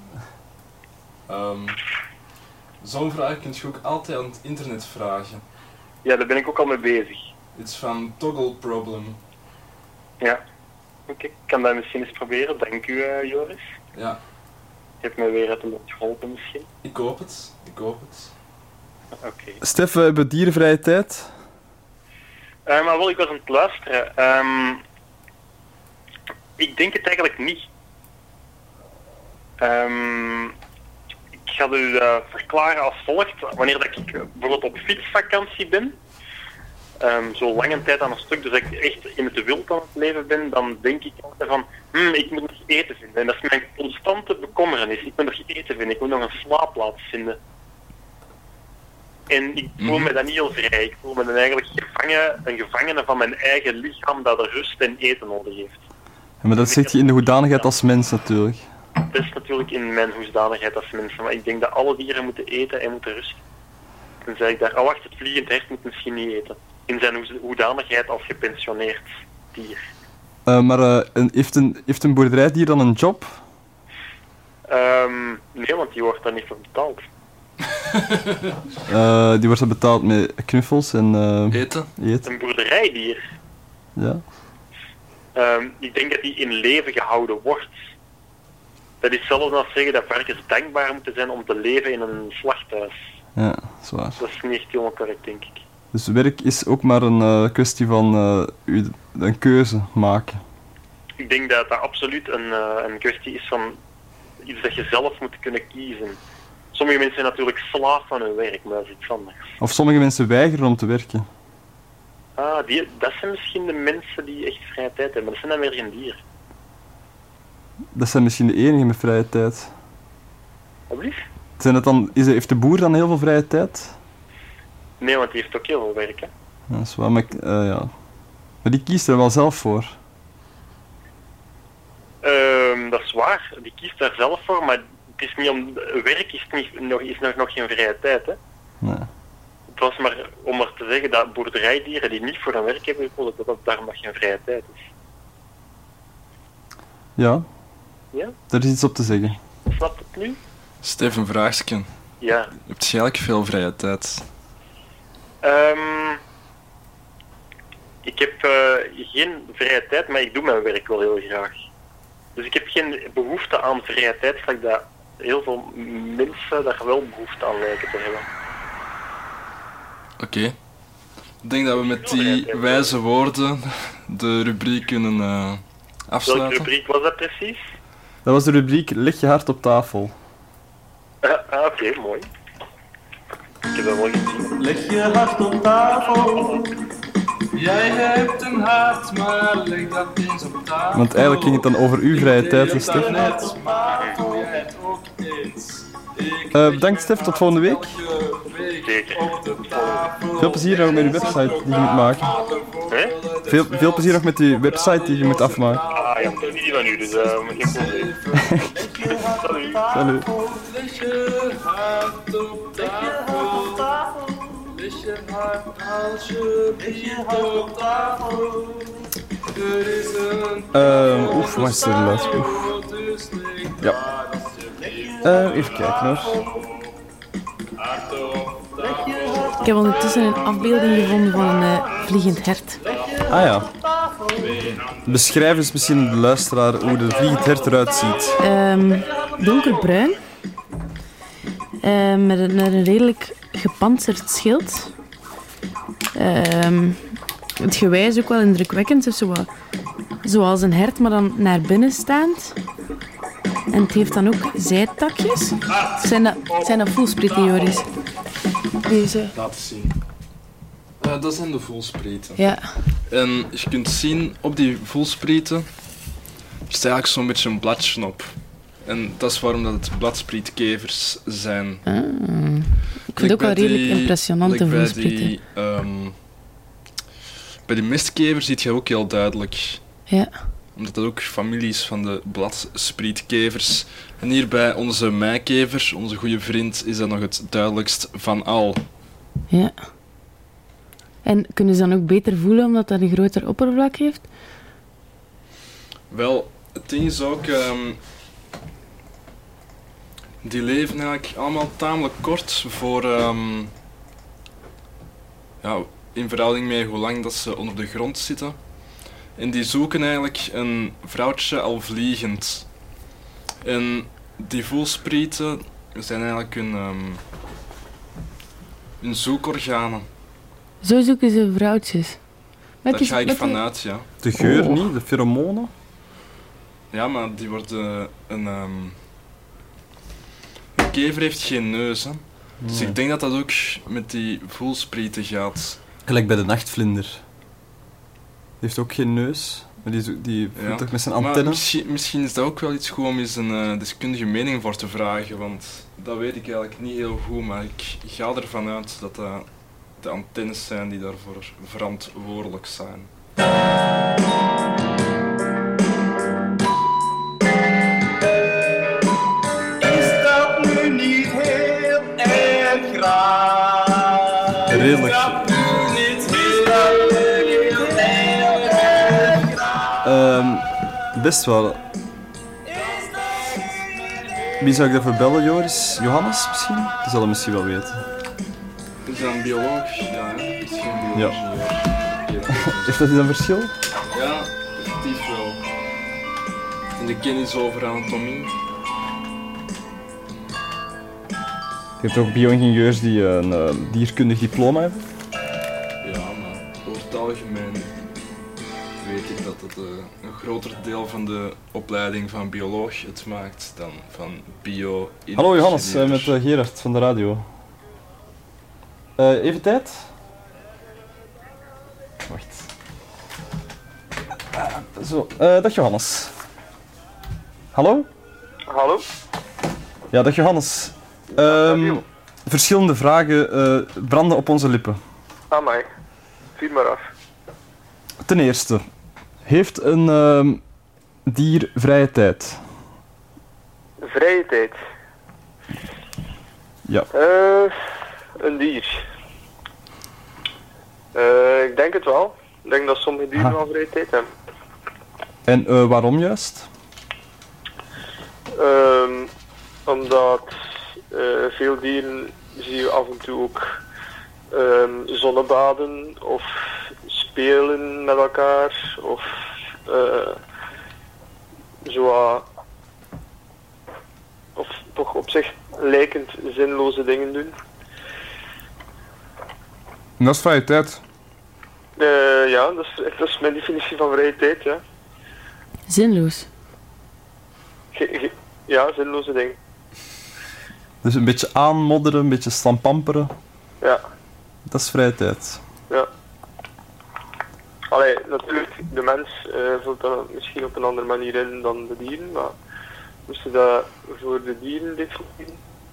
Um, Zo'n vraag kun je ook altijd aan het internet vragen. Ja, daar ben ik ook al mee bezig. Iets van toggle problem. Ja. Oké, okay. Ik kan dat misschien eens proberen. Dank u, uh, Joris. Ja. Je hebt mij weer uit een beetje geholpen misschien. Ik hoop het. Ik hoop het. Oké. Okay. Stef, we hebben dierenvrije tijd. Uh, maar wel, ik was aan het luisteren. Um, ik denk het eigenlijk niet. Um, ik ga u uh, verklaren als volgt. Wanneer dat ik uh, bijvoorbeeld op fietsvakantie ben, um, zo lange tijd aan een stuk, dus dat ik echt in het wild aan het leven ben, dan denk ik altijd van, hmm, ik moet nog eten vinden. En dat is mijn constante bekommernis. Ik moet nog eten vinden, ik moet nog een slaapplaats vinden. En ik voel me dan niet heel vrij. Ik voel me dan eigenlijk gevangen, een gevangene van mijn eigen lichaam dat er rust en eten nodig heeft. Ja, maar dat zit je in de hoedanigheid als mens natuurlijk. Dat is natuurlijk in mijn hoedanigheid als mens, maar ik denk dat alle dieren moeten eten en moeten rusten. Dan zeg ik daar, oh wacht, het vliegend hert moet misschien niet eten. In zijn hoedanigheid als gepensioneerd dier. Uh, maar uh, een, heeft, een, heeft een boerderijdier dan een job? Um, nee, want die wordt daar niet voor betaald. uh, die wordt dan betaald met knuffels en uh, eten. eten. Een boerderijdier? Ja. Um, ik denk dat die in leven gehouden wordt. Dat is hetzelfde als zeggen dat varkens dankbaar moeten zijn om te leven in een slachthuis. Ja, zwaar. Dat is niet echt helemaal correct, denk ik. Dus werk is ook maar een uh, kwestie van uh, een keuze maken. Ik denk dat dat absoluut een, uh, een kwestie is van iets dat je zelf moet kunnen kiezen. Sommige mensen zijn natuurlijk slaaf van hun werk, maar dat is iets anders. Of sommige mensen weigeren om te werken. Ah, die, dat zijn misschien de mensen die echt vrije tijd hebben, maar dat zijn dan weer geen dieren. Dat zijn misschien de enigen met vrije tijd. Wat blieft? Zijn het dan, is, heeft de boer dan heel veel vrije tijd? Nee, want die heeft ook heel veel werk, hè. Ja, dat is waar, maar, ik- eh, ja. maar die kiest er wel zelf voor. Ehm, dat is waar, die kiest daar zelf voor, maar het is niet om, werk is, niet, nog, is nog, nog geen vrije tijd, hè. Nee. Het was maar om maar te zeggen dat boerderijdieren die niet voor hun werk hebben gekozen, dat dat daar nog geen vrije tijd is. Ja, Ja? daar is iets op te zeggen. Snap het nu? Steven, vraagje. Ja. Heb je eigenlijk veel vrije tijd? Ehm, ik heb eh, geen vrije tijd, maar ik doe mijn werk wel heel graag. Dus ik heb geen behoefte aan vrije tijd, gelijk dat heel veel mensen daar wel behoefte aan lijken te hebben. Oké. Ik denk dat we met die wijze woorden de rubriek kunnen eh, Welke afsluiten. rubriek was dat precies? Dat was de rubriek Leg je hart op tafel. Uh, ah, oké, mooi. Ik heb dat wel gezien. Leg je hart op tafel. Jij hebt een hart, maar leg dat eens op tafel. Want eigenlijk ging het dan over uw vrije tijd, hè, Stef. Net, maar doe jij het ook eens. Eh, bedankt, Stef. Tot volgende week. Zeker. Veel plezier nog met uw website die je moet maken. Hè? Veel, veel plezier nog met die website die je moet afmaken. Ah ja, dat is niet die van u, dus uh, geen probleem. Salut. Salut. Leg je hart op tafel. Leg je hart alsjeblieft op tafel. Er is een Ehm, oef, wat is er luid? Oef. Ja. Eh, even kijken hoor. Ik heb ondertussen een afbeelding gevonden van een eh, vliegend hert. Ah ja. Beschrijf eens misschien de luisteraar hoe de vliegend hert eruit ziet. Ehm, donkerbruin. Ehm, met, een, met een redelijk gepantserd schild. Ehm, het gewei is ook wel indrukwekkend. Het is zo wat, zoals een hert, maar dan naar binnen staand. En het heeft dan ook zijtakjes. Zijn dat, zijn dat voelspriettheories? Deze. Laat eens zien. Eh, dat zijn de voelsprieten. Ja. En je kunt zien op die voelsprieten, er staat eigenlijk zo'n beetje een bladje op. En dat is waarom dat het bladsprijtkevers zijn. Ah. Ik vind het ook wel redelijk impressionante like voelsprieten. bij die, um, bij die mistkevers ziet je ook heel duidelijk. Ja. Omdat dat ook familie is van de bladsprijtkevers. En hier bij onze meikever, onze goede vriend, is dat nog het duidelijkst van al. Ja. En kunnen ze dan ook beter voelen omdat dat een groter oppervlak heeft? Wel, het ding is ook... Um, die leven eigenlijk allemaal tamelijk kort voor... Um, ja, in verhouding met hoe lang dat ze onder de grond zitten. En die zoeken eigenlijk een vrouwtje al vliegend. En die voelsprieten zijn eigenlijk hun, um, hun zoekorganen. Zo zoeken ze vrouwtjes. Met Daar die- ga ik met die- vanuit, ja. De geur Oh. niet, de pheromonen. Ja, maar die worden een... Um, een kever heeft geen neus, hè. Dus Nee. ik denk dat dat ook met die voelsprieten gaat. Gelijk bij de nachtvlinder. Die heeft ook geen neus, maar die, zo- die voelt Ja. toch met zijn Maar antennes. misschien, misschien is dat ook wel iets goed om eens een eh, deskundige mening voor te vragen, want dat weet ik eigenlijk niet heel goed, maar ik ga ervan uit dat dat de antennes zijn die daarvoor verantwoordelijk zijn. Is dat nu niet heel erg graag? Redelijk. Niet heel, heel erg graag. Ehm, best wel. Wie zou ik daarvoor bellen, Joris? Johannes misschien? Die zal het misschien wel weten. Is dat een bioloog? Ja, hè? Is geen bioloog. Ja. Heeft dat iets een verschil? Ja, effectief wel. In de kennis over anatomie. Je hebt ook bio-ingenieurs die een eh, dierkundig diploma hebben. Ja, maar over het algemeen weet weet ik dat het uh, een groter deel van de opleiding van bioloog het maakt dan van bio. Hallo Johannes, uh, met uh, Gerard van de radio. Uh, even tijd? Wacht. Uh, zo, uh, dag Johannes. Hallo? Hallo? Ja, dag Johannes. Um, verschillende vragen uh, branden op onze lippen. Amai, vuur maar af. Ten eerste, heeft een uh, dier vrije tijd? Vrije tijd? Ja. Uh, een dier? Uh, ik denk het wel. Ik denk dat sommige dieren wel vrije tijd hebben. En uh, waarom juist? Um, omdat uh, veel dieren zie je af en toe ook um, zonnebaden of spelen met elkaar of uh, zo uh, of toch op zich lijkend zinloze dingen doen. En dat is vrije tijd? Uh, ja, dat is, dat is mijn definitie van vrije tijd, ja. Zinloos? Ge, ge, ja, zinloze dingen. Dus een beetje aanmodderen, een beetje stampamperen. Ja. Dat is vrije tijd. Ja. Allee, natuurlijk, de mens uh, vult dat misschien op een andere manier in dan de dieren, maar moesten dat voor de dieren definiëren?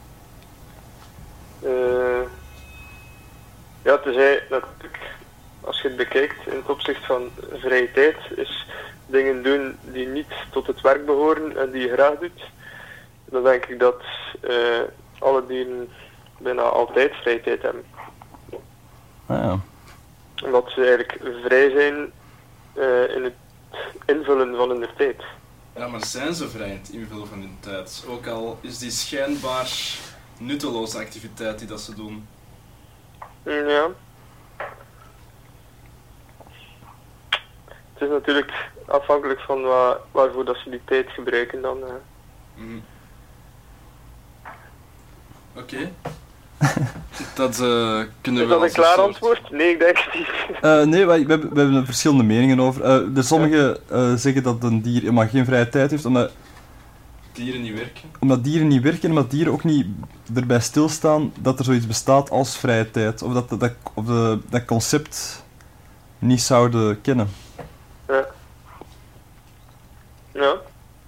Uh, ja, tenzij natuurlijk, als je het bekijkt in het opzicht van vrije tijd, is dingen doen die niet tot het werk behoren en die je graag doet, dan denk ik dat uh, alle dieren bijna altijd vrije tijd hebben. Ah, ja. Omdat ze eigenlijk vrij zijn uh, in het invullen van hun tijd. Ja, maar zijn ze vrij in het invullen van hun tijd? Ook al is die schijnbaar nutteloze activiteit die dat ze doen. Ja. Het is natuurlijk afhankelijk van waar, waarvoor dat ze die tijd gebruiken dan. Uh. Mm. Oké. Okay. Dat uh, kunnen is we dat een klaar soort... antwoord? Nee, ik denk het niet. Uh, nee, wij, we, hebben, we hebben er verschillende meningen over. Uh, er sommigen uh, zeggen dat een dier helemaal geen vrije tijd heeft, omdat... Dieren niet werken? Omdat dieren niet werken, omdat dieren ook niet erbij stilstaan dat er zoiets bestaat als vrije tijd. Of dat, dat, of de, dat concept niet zouden kennen. Ja. Ja.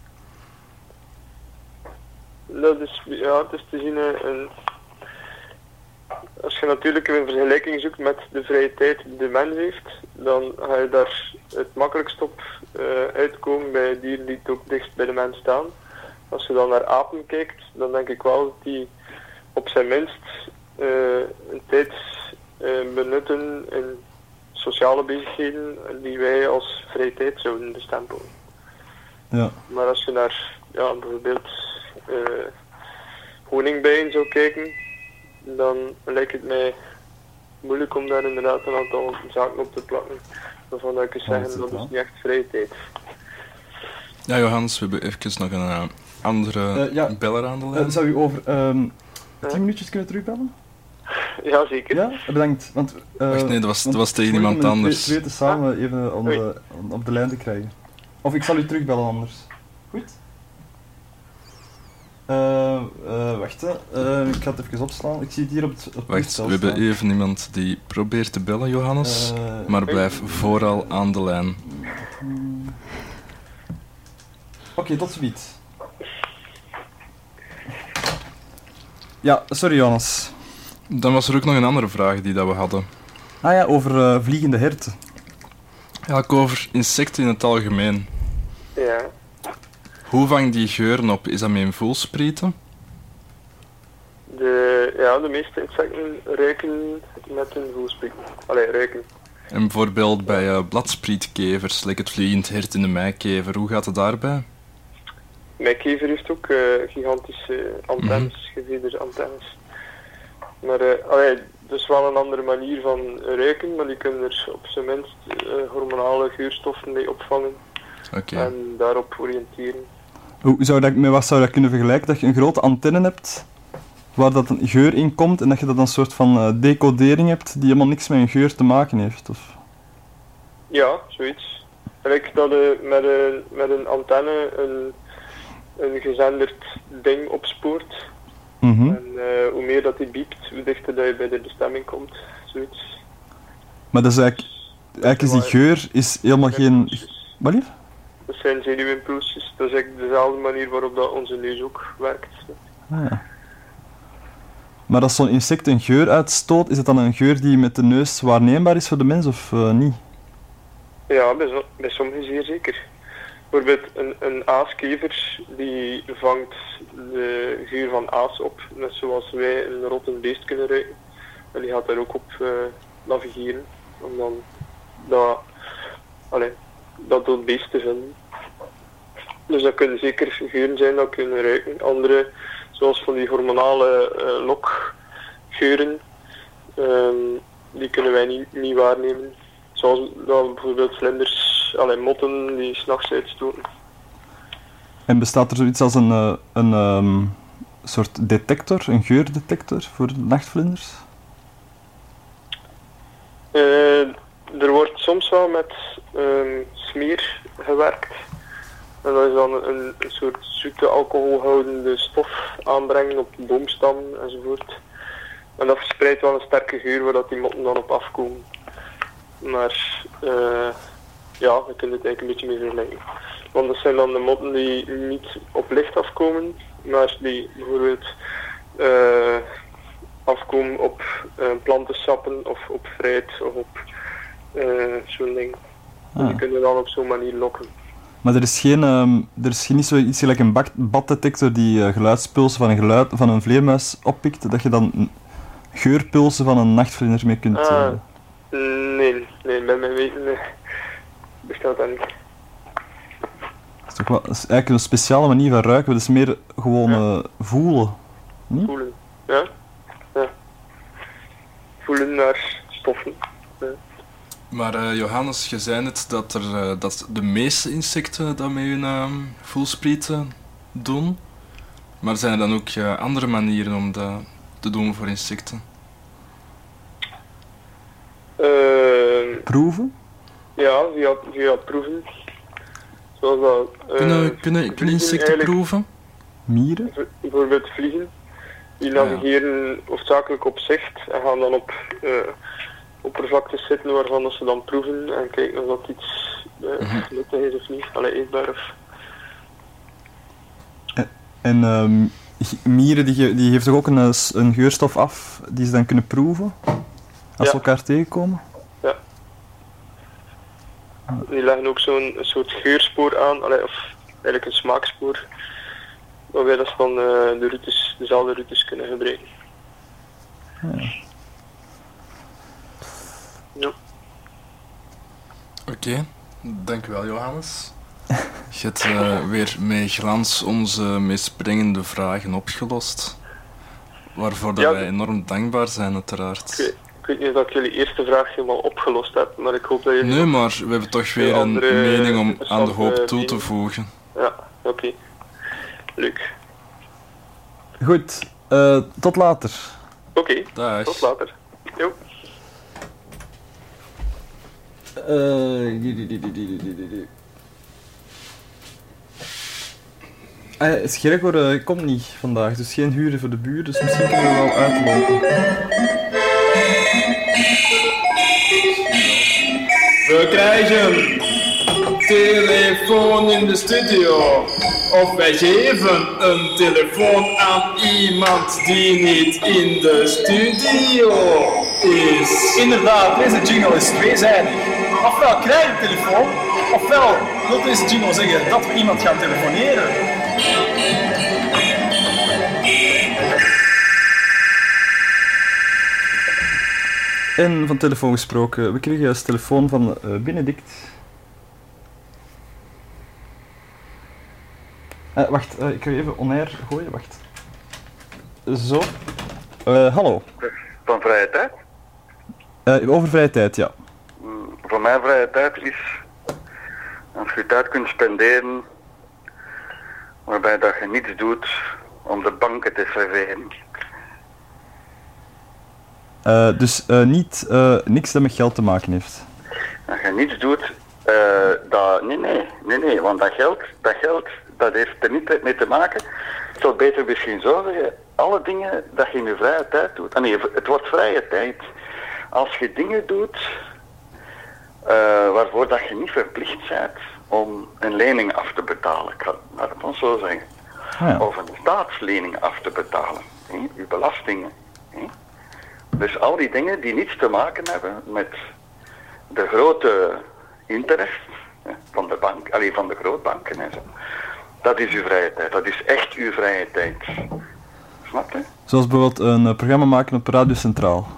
Dat is, ja, het is te zien een... Als je natuurlijk een vergelijking zoekt met de vrije tijd die de mens heeft, dan ga je daar het makkelijkst op uh, uitkomen bij dieren die het ook dichtst bij de mens staan. Als je dan naar apen kijkt, dan denk ik wel dat die op zijn minst uh, een tijd uh, benutten in sociale bezigheden die wij als vrije tijd zouden bestempelen. Ja. Maar als je naar ja, bijvoorbeeld uh, honingbijen zou kijken, dan lijkt het mij moeilijk om daar inderdaad een aantal zaken op te plakken waarvan dat ik kan zeggen dat is niet echt vrije tijd. Ja, Johannes, we hebben even nog een uh, andere uh, ja. beller aan de lijn. Uh, zou u over um, tien ja? minuutjes kunnen terugbellen? Ja, zeker. Ja, bedankt. Want, uh, Wacht, nee, dat was, dat was tegen iemand anders. We weten samen ah. even on de, on, op de lijn te krijgen. Of ik zal u terugbellen anders. Goed? Uh, uh, wacht, uh, ik ga het even opslaan. Ik zie het hier op het, op Wacht, we hebben even iemand die probeert te bellen, Johannes. Uh, maar blijf uh, vooral aan de lijn. Uh, Oké, okay, tot ziens. Ja, sorry Johannes. Dan was er ook nog een andere vraag die dat we hadden. Ah ja, over uh, vliegende herten. Ja, over insecten in het algemeen. Ja. Hoe vang die geuren op? Is dat met een voelsprieten? De, ja, de meeste insecten ruiken met een voelsprieten. Allee, ruiken. En bijvoorbeeld bij uh, bladsprietkevers, like het vliegend hert en de meikever, hoe gaat het daarbij? Meikever heeft ook uh, gigantische antennes, mm-hmm. gevederde antennes. Maar uh, allee, dat is wel een andere manier van ruiken, maar die kunnen er op zijn minst uh, hormonale geurstoffen mee opvangen. Okay. En daarop oriënteren. Hoe zou dat, met wat zou dat kunnen vergelijken? Dat je een grote antenne hebt, waar dat een geur in komt, en dat je dat een soort van uh, decodering hebt, die helemaal niks met een geur te maken heeft? Of? Ja, zoiets. Gelijk dat je met een, met een antenne een, een gezenderd ding opspoort. Mhm. En uh, hoe meer dat die biept, hoe dichter dat je bij de bestemming komt. Zoiets. Maar dat is eigenlijk, eigenlijk is die geur is helemaal geen... Wat lief? Dat zijn zenuwimpulsjes. Dat is eigenlijk dezelfde manier waarop dat onze neus ook werkt. Ah, ja. Maar als zo'n insect een geur uitstoot, is het dan een geur die met de neus waarneembaar is voor de mens of uh, niet? Ja, bij, zo, bij sommigen zeer zeker. Bijvoorbeeld een, een aaskever die vangt de geur van aas op, net zoals wij een rottend beest kunnen ruiken. En die gaat daar ook op uh, navigeren, om dan dat, allez, dat dood beest te vinden. Dus dat kunnen zeker geuren zijn dat kunnen ruiken. Andere, zoals van die hormonale uh, lokgeuren, um, die kunnen wij niet, niet waarnemen. Zoals dan bijvoorbeeld vlinders, allee, motten die 's nachts uitstoten. En bestaat er zoiets als een, uh, een um, soort detector, een geurdetector voor nachtvlinders? Uh, er wordt soms wel met um, smeer gewerkt. En dat is dan een, een soort zoete alcoholhoudende stof aanbrengen op boomstammen enzovoort. En dat verspreidt wel een sterke geur waar dat die motten dan op afkomen. Maar uh, ja, we kunnen het eigenlijk een beetje mee vergelijken. Want dat zijn dan de motten die niet op licht afkomen, maar die bijvoorbeeld uh, afkomen op uh, plantensappen of op fruit of op uh, zo'n ding. Ah. Die kunnen dan op zo'n manier lokken. Maar er is geen, um, er is niet zoiets gelijk een bak- baddetector die uh, geluidspulsen van een, geluid, van een vleermuis oppikt, dat je dan geurpulsen van een nachtvlinder mee kunt... Uh... Ah. Nee, nee, bij mijn weten nee. Bestaat dat niet. Dat is, toch wel, dat is eigenlijk een speciale manier van ruiken, dat is meer gewoon ja. uh, voelen. Hm? Voelen, ja. ja. Voelen naar stoffen. Ja. Maar uh, Johannes, je zei net dat, er, uh, dat de meeste insecten dat met hun uh, voelsprieten doen. Maar zijn er dan ook uh, andere manieren om dat te doen voor insecten? Uh, proeven? Ja, via, via proeven. Zoals dat... Uh, kunnen, kunnen, kunnen insecten eigenlijk, proeven? Mieren? Bijvoorbeeld vliegen. Die navigeren ja. hoofdzakelijk op zicht en gaan dan op uh, oppervlaktes zitten waarvan ze dan proeven en kijken of dat iets uh, uh-huh. nuttig is of niet. Allee, eetbaar of... En, en um, mieren die, ge- die geeft toch ook een, een geurstof af die ze dan kunnen proeven? Als ze ja. elkaar tegenkomen? Ja. Die leggen ook zo'n soort geurspoor aan, allee, of eigenlijk een smaakspoor, waarbij dat ze dan uh, de routes, dezelfde routes kunnen gebruiken. Ja. Ja. Oké, okay. Dankjewel Johannes. Je hebt uh, weer met glans onze meest springende vragen opgelost. Waarvoor dat ja, wij enorm dankbaar zijn uiteraard. Okay. Ik weet niet of ik jullie eerste vraag helemaal opgelost heb, maar ik hoop dat jullie... Nee, maar we hebben toch weer een mening om aan de hoop toe te voegen. Ja, oké. Okay. Leuk. Goed, uh, tot later. Oké, okay. Tot later. Jo. Uh, uh, Gregor uh, komt niet vandaag, dus geen huren voor de buur, dus misschien kunnen we wel uitlopen. We krijgen telefoon in de studio. Of wij geven een telefoon aan iemand die niet in de studio is. Inderdaad, deze jingle is tweezijdig. Ofwel krijg je een telefoon, ofwel wil deze jingle zeggen dat we iemand gaan telefoneren. En van telefoon gesproken, we kregen juist telefoon van uh, Benedict. Uh, wacht, uh, ik ga je even on-air gooien, wacht. Zo. Uh, hallo. Van vrije tijd? Uh, over vrije tijd, ja. Voor mijn vrije tijd is, als je tijd kunt spenderen, waarbij dat je niets doet om de banken te serveren. Uh, dus uh, niet, uh, niks dat met geld te maken heeft. Als je niets doet Uh, dat, nee, nee, nee, nee, want dat geld, dat geld, dat heeft er niet mee te maken. Ik zou beter misschien zo zeggen, alle dingen dat je in je vrije tijd doet. Ah, nee, het wordt vrije tijd. Als je dingen doet uh, waarvoor dat je niet verplicht bent om een lening af te betalen, ik ga het dan zo zeggen. Ah, ja. Of een staatslening af te betalen. Hè? Je belastingen. Hè? Dus al die dingen die niets te maken hebben met de grote interest hè, van de bank, allee, van de grootbanken en zo. Dat is uw vrije tijd. Dat is echt uw vrije tijd. Snap je? Zoals bijvoorbeeld een uh, programma maken op Radio Centraal.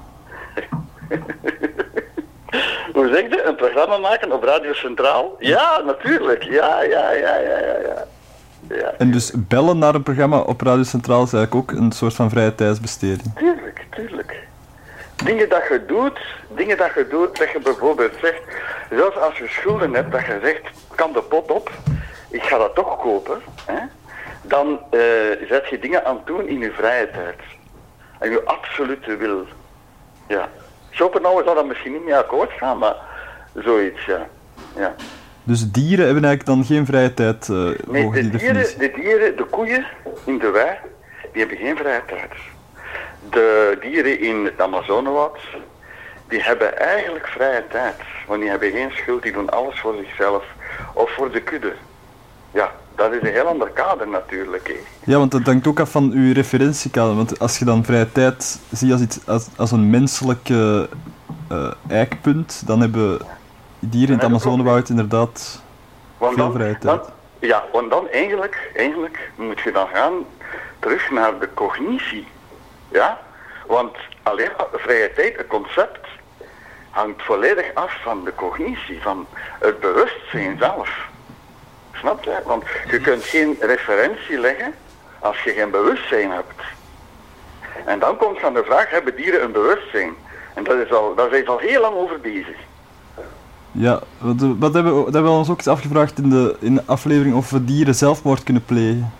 Hoe zeg je? Een programma maken op Radio Centraal? Ja, natuurlijk. Ja, ja, ja, ja, ja. ja. Ja. En dus bellen naar een programma op Radio Centraal is eigenlijk ook een soort van vrije tijdsbesteding. Tuurlijk, tuurlijk. Dingen dat je doet, dingen dat je doet, dat je bijvoorbeeld zegt, zelfs als je schulden hebt, dat je zegt, kan de pot op, ik ga dat toch kopen, hè, dan uh, zet je dingen aan het doen in je vrije tijd. En je absolute wil. Ja. Schopenhauer zou dat misschien niet mee akkoord gaan, maar zoiets, ja. ja. Dus dieren hebben eigenlijk dan geen vrije tijd, uh, nee, volgens de die dieren, definitie? de dieren, de koeien in de wei, die hebben geen vrije tijd. De dieren in het Amazonewoud, die hebben eigenlijk vrije tijd. Want die hebben geen schuld, die doen alles voor zichzelf of voor de kudde. Ja, dat is een heel ander kader natuurlijk. Hè. Ja, want dat hangt ook af van uw referentiekader. Want als je dan vrije tijd ziet als, iets, als, als een menselijk uh, uh, eikpunt, dan hebben dieren in het Amazonewoud inderdaad want veel dan, vrije tijd. Dan, ja, want dan eigenlijk, eigenlijk moet je dan gaan terug naar de cognitie. Ja? Want alleen vrije tijd, het concept, hangt volledig af van de cognitie, van het bewustzijn zelf. Snap je? Want je kunt geen referentie leggen als je geen bewustzijn hebt. En dan komt van de vraag, hebben dieren een bewustzijn? En dat is al, daar zijn ze al heel lang over bezig. Ja, wat, wat hebben, we, dat hebben we ons ook eens afgevraagd in de, in de aflevering of we dieren zelfmoord kunnen plegen.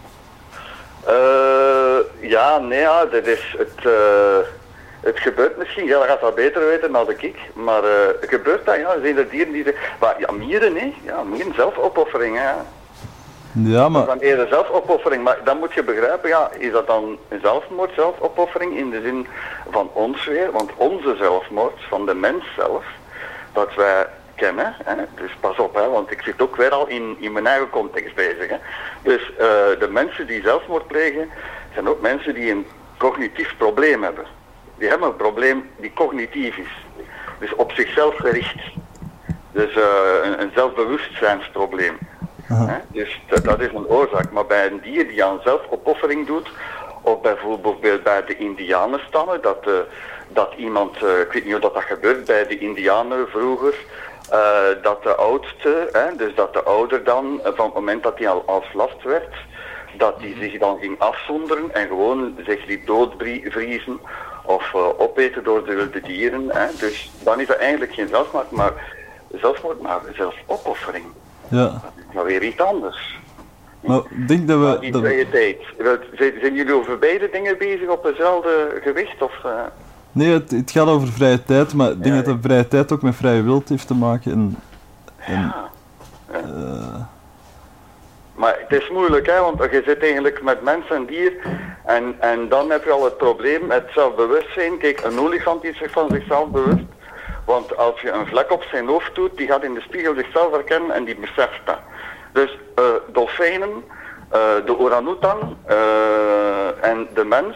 Uh, ja, nee, ja, dat is het... Uh, Het gebeurt misschien, jij gaat dat beter weten dan ik, maar uh, gebeurt dat, ja, zijn er dieren die zeggen, maar ja, mieren, hè, ja, mieren, zelfopoffering, hè. Ja, maar... Dat is dan eerder zelfopoffering, maar dan moet je begrijpen, ja, is dat dan een zelfmoord, zelfopoffering, in de zin van ons weer, want onze zelfmoord, van de mens zelf, dat wij kennen, hè, dus pas op, hè, want ik zit ook weer al in, in mijn eigen context bezig, hè. Dus uh, de mensen die zelfmoord plegen, zijn ook mensen die een cognitief probleem hebben. Die hebben een probleem die cognitief is. Dus op zichzelf gericht. Dus uh, een, een zelfbewustzijnsprobleem. He? Dus dat, dat is een oorzaak. Maar bij een dier die aan zelfopoffering doet, of bijvoorbeeld bij de indianenstammen, dat, uh, dat iemand, uh, ik weet niet hoe dat, dat gebeurt bij de indianen vroeger, uh, dat de oudste, hè, dus dat de ouder dan, van het moment dat hij al als last werd, dat hij zich dan ging afzonderen en gewoon zich liet doodvriezen of uh, opeten door de wilde dieren. Hè. Dus dan is dat eigenlijk geen zelfmoord, maar zelfmoord, maar zelfopoffering. Ja. Dat is nou weer iets anders. Maar ik denk dat we... Die dat... vrije tijd. Zijn, zijn jullie over beide dingen bezig op hetzelfde gewicht? Of, uh... Nee, het, het gaat over vrije tijd, maar ik denk ja, dat de vrije tijd ook met vrije wil heeft te maken. En, en, ja. ja. Uh... Maar het is moeilijk, hè, want je zit eigenlijk met mens en dier en, en dan heb je al het probleem met zelfbewustzijn. Kijk, een olifant is zich van zichzelf bewust, want als je een vlek op zijn hoofd doet, die gaat in de spiegel zichzelf herkennen en die beseft dat. Dus uh, dolfijnen, uh, de orang-oetan uh, en de mens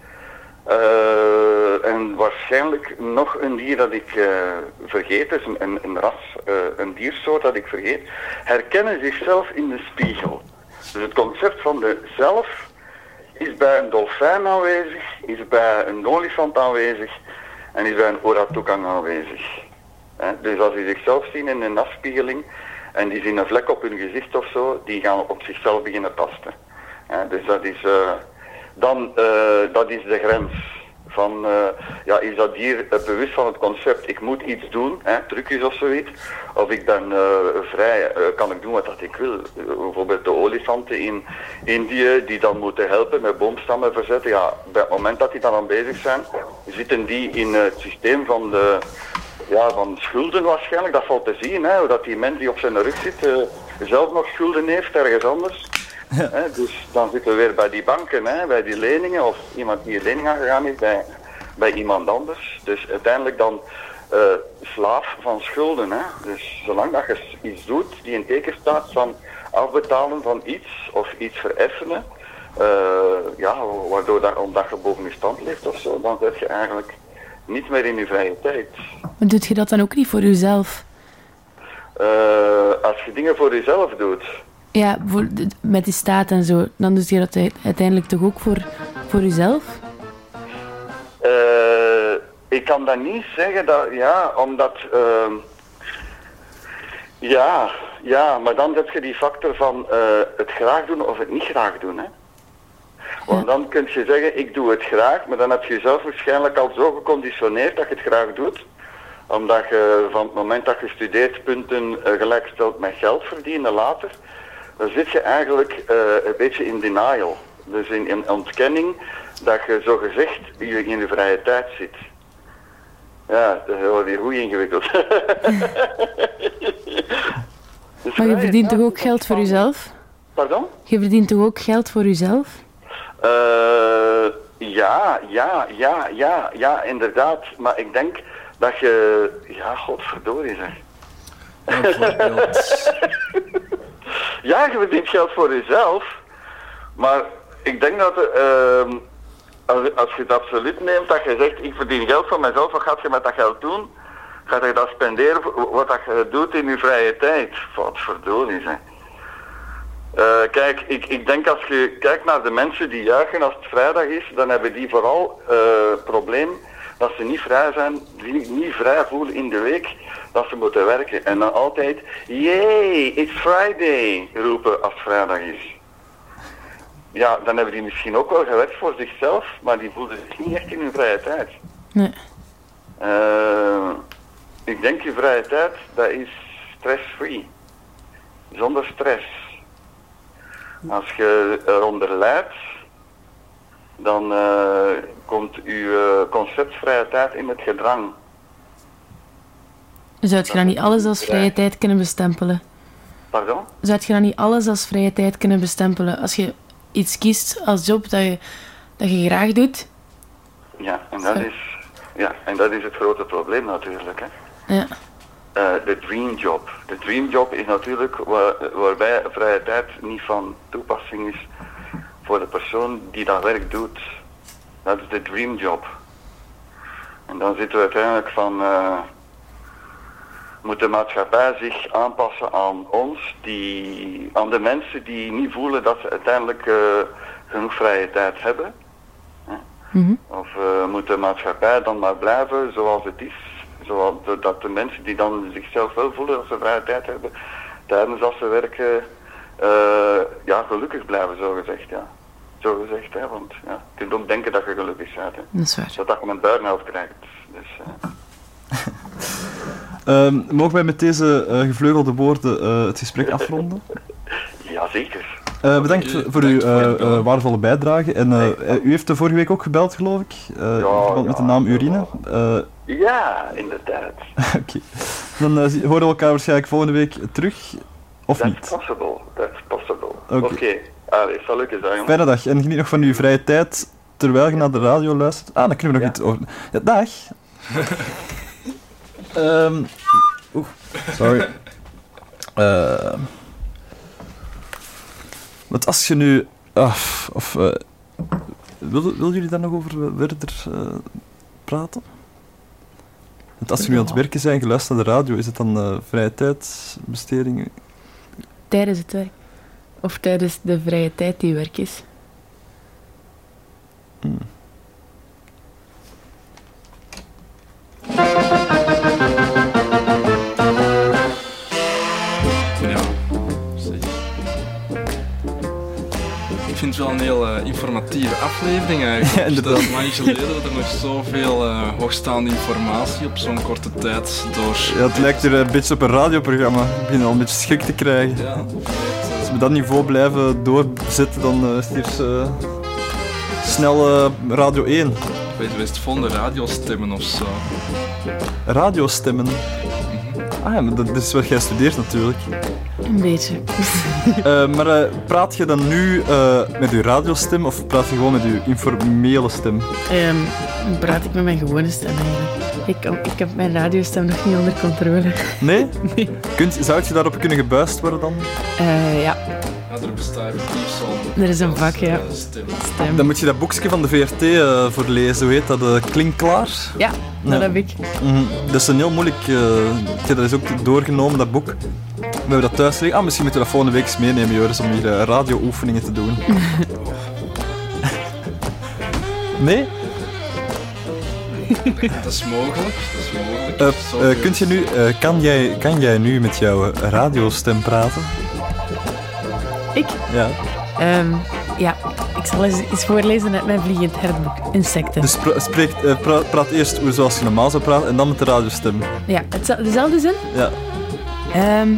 uh, en waarschijnlijk nog een dier dat ik uh, vergeet, is een, een, een ras, uh, een diersoort dat ik vergeet, herkennen zichzelf in de spiegel. Dus het concept van de zelf is bij een dolfijn aanwezig, is bij een olifant aanwezig en is bij een orang-oetan aanwezig. He, dus als die zichzelf zien in een afspiegeling en die zien een vlek op hun gezicht of zo, die gaan op zichzelf beginnen tasten. He, dus dat is, uh, dan, uh, dat is de grens van, uh, ja, is dat dier uh, bewust van het concept, ik moet iets doen, hè, trucjes of zoiets, of ik ben uh, vrij, uh, kan ik doen wat dat ik wil. Uh, bijvoorbeeld de olifanten in Indië, die dan moeten helpen met boomstammen verzetten, ja, bij het moment dat die dan aan bezig zijn, zitten die in uh, het systeem van de ja, van schulden waarschijnlijk, dat valt te zien, hè, hoe dat die mens die op zijn rug zit uh, zelf nog schulden heeft ergens anders. Ja. Hè, dus dan zitten we weer bij die banken, hè, bij die leningen, of iemand die een lening aangegaan is bij, bij iemand anders. Dus uiteindelijk dan uh, slaaf van schulden. Hè. Dus zolang dat je iets doet die in teken staat van afbetalen van iets of iets vereffenen, uh, ja, waardoor dat, omdat je boven je stand leeft of zo, dan zit je eigenlijk niet meer in je vrije tijd. Maar doet je dat dan ook niet voor jezelf? Uh, als je dingen voor jezelf doet. Ja, voor, met die staat en zo, dan doe je dat uiteindelijk toch ook voor, voor jezelf? Uh, ik kan dat niet zeggen, dat, ja, omdat... Uh, ja, ja, maar dan heb je die factor van uh, het graag doen of het niet graag doen, hè. Want dan kun je zeggen, ik doe het graag, maar dan heb je jezelf waarschijnlijk al zo geconditioneerd dat je het graag doet. Omdat je van het moment dat je studeert punten uh, gelijkstelt met geld verdienen later, dan zit je eigenlijk uh, een beetje in denial. Dus in, in ontkenning dat je zogezegd in, in je vrije tijd zit. Ja, dat wordt hier goed ingewikkeld. Dus maar je verdient toch ook geld voor jezelf? Pardon? Je verdient toch ook geld voor jezelf? Uh, ja, ja, ja, ja, ja, inderdaad. Maar ik denk dat je... Ja, godverdorie zeg. Ja, je verdient geld voor jezelf. Maar ik denk dat... Uh, als, als je het absoluut neemt, dat je zegt, ik verdien geld voor mezelf, wat gaat je met dat geld doen? Gaat je dat spenderen wat dat je doet in je vrije tijd? Wat verdorie zeg. Uh, kijk, ik, ik denk als je kijkt naar de mensen die juichen als het vrijdag is, dan hebben die vooral het uh, probleem dat ze niet vrij zijn, die niet vrij voelen in de week, dat ze moeten werken. En dan altijd, yay, it's Friday, roepen als het vrijdag is. Ja, dan hebben die misschien ook wel gewerkt voor zichzelf, maar die voelden zich niet echt in hun vrije tijd. Nee. Uh, ik denk je vrije tijd, dat is stress-free. Zonder stress. Als je eronder lijdt, dan uh, komt je uh, concept vrije tijd in het gedrang. Zou je dan niet alles als vrije tijd kunnen bestempelen? Pardon? Zou je dan niet alles als vrije tijd kunnen bestempelen? Als je iets kiest als job dat je, dat je graag doet? Ja, en dat is, ja, en dat is het grote probleem natuurlijk, hè. Ja. Uh, de dreamjob. De dreamjob is natuurlijk waar, waarbij vrije tijd niet van toepassing is voor de persoon die dat werk doet. Dat is de dreamjob. En dan zitten we uiteindelijk van, uh, moet de maatschappij zich aanpassen aan ons, die, aan de mensen die niet voelen dat ze uiteindelijk uh, genoeg vrije tijd hebben. Mm-hmm. Of uh, moet de maatschappij dan maar blijven zoals het is. Zoals de, dat de mensen die dan zichzelf wel voelen dat ze vrije tijd hebben, tijdens als ze werken, uh, ja, gelukkig blijven, zo gezegd, ja. Zo gezegd, hè, want ja, je kunt ook denken dat je gelukkig bent, hè. Dat is waar. Zodat je een burn-out krijgt, dus... Uh. um, mogen wij met deze uh, gevleugelde woorden uh, het gesprek afronden? Jazeker. Uh, bedankt voor, voor uw uh, uh, waardevolle bijdrage. En uh, uh, u heeft de vorige week ook gebeld, geloof ik, uh, ja, in verband ja, met de naam Urine. Uh, ja, inderdaad. Oké. Okay. Dan uh, horen we elkaar waarschijnlijk volgende week terug, of That's niet? Possible. That's possible. Oké. Okay. Okay. Allee, zal ik eens zeggen. Fijne dag. En geniet nog van uw vrije tijd terwijl je naar de radio luistert. Ah, dan kunnen we nog ja. iets over... Ja, dag. um, Oeh, sorry. Uh, want als je nu... Uh, of... Uh, wil, wil jullie daar nog over verder uh, praten? Want als je nu aan het werken bent en je luistert naar de radio, is het dan uh, vrije tijdsbestedingen? Tijdens het werk. Of tijdens de vrije tijd die werk is. Hmm. Ja, zeker. Ik vind het wel een heel uh, informatieve aflevering eigenlijk. Ja, inderdaad. Het is lang geleden dat er nog zoveel uh, hoogstaande informatie op zo'n korte tijd door... Ja, het lijkt er een beetje op een radioprogramma. Ik begin al een beetje schrik te krijgen. Ja, als we dat niveau blijven doorzetten, dan uh, is het hier uh, snel uh, Radio één. Weet je, is het volgende radiostemmen of zo? Radiostemmen? Ah ja, maar dat is wat jij studeert natuurlijk. Een beetje. uh, maar uh, praat je dan nu uh, met je radiostem of praat je gewoon met je informele stem? Um, praat ik met mijn gewone stem eigenlijk. Ik, ik heb mijn radiostem nog niet onder controle. Nee? Nee. Kunt, zou je daarop kunnen gebuist worden dan? Uh, ja. Ja, er bestaat effectief zo'n... Er is een vak, ja. Stem. Stem. Dan moet je dat boekje van de V R T uh, voor lezen. Hoe heet dat? Uh, Klinkklaar? Ja, dat ja. heb ik. Mm, dat is een heel moeilijk... Uh, ik heb dat is ook doorgenomen, dat boek. We hebben dat thuis liggen. Ah, misschien moeten we dat volgende week eens meenemen, Joris, om hier uh, radio-oefeningen te doen. Nee? Dat is mogelijk. Dat is mogelijk. Uh, uh, kunt je nu, uh, kan, jij, kan jij nu met jouw radiostem praten? Ik? Ja. Um, ja, ik zal eens, eens voorlezen uit mijn vliegend hertboek. Insecten. Dus pra, spreek, uh, pra, praat eerst hoe zoals je normaal zou praten en dan met de radiostem. Ja, het, dezelfde zin? Ja. Um,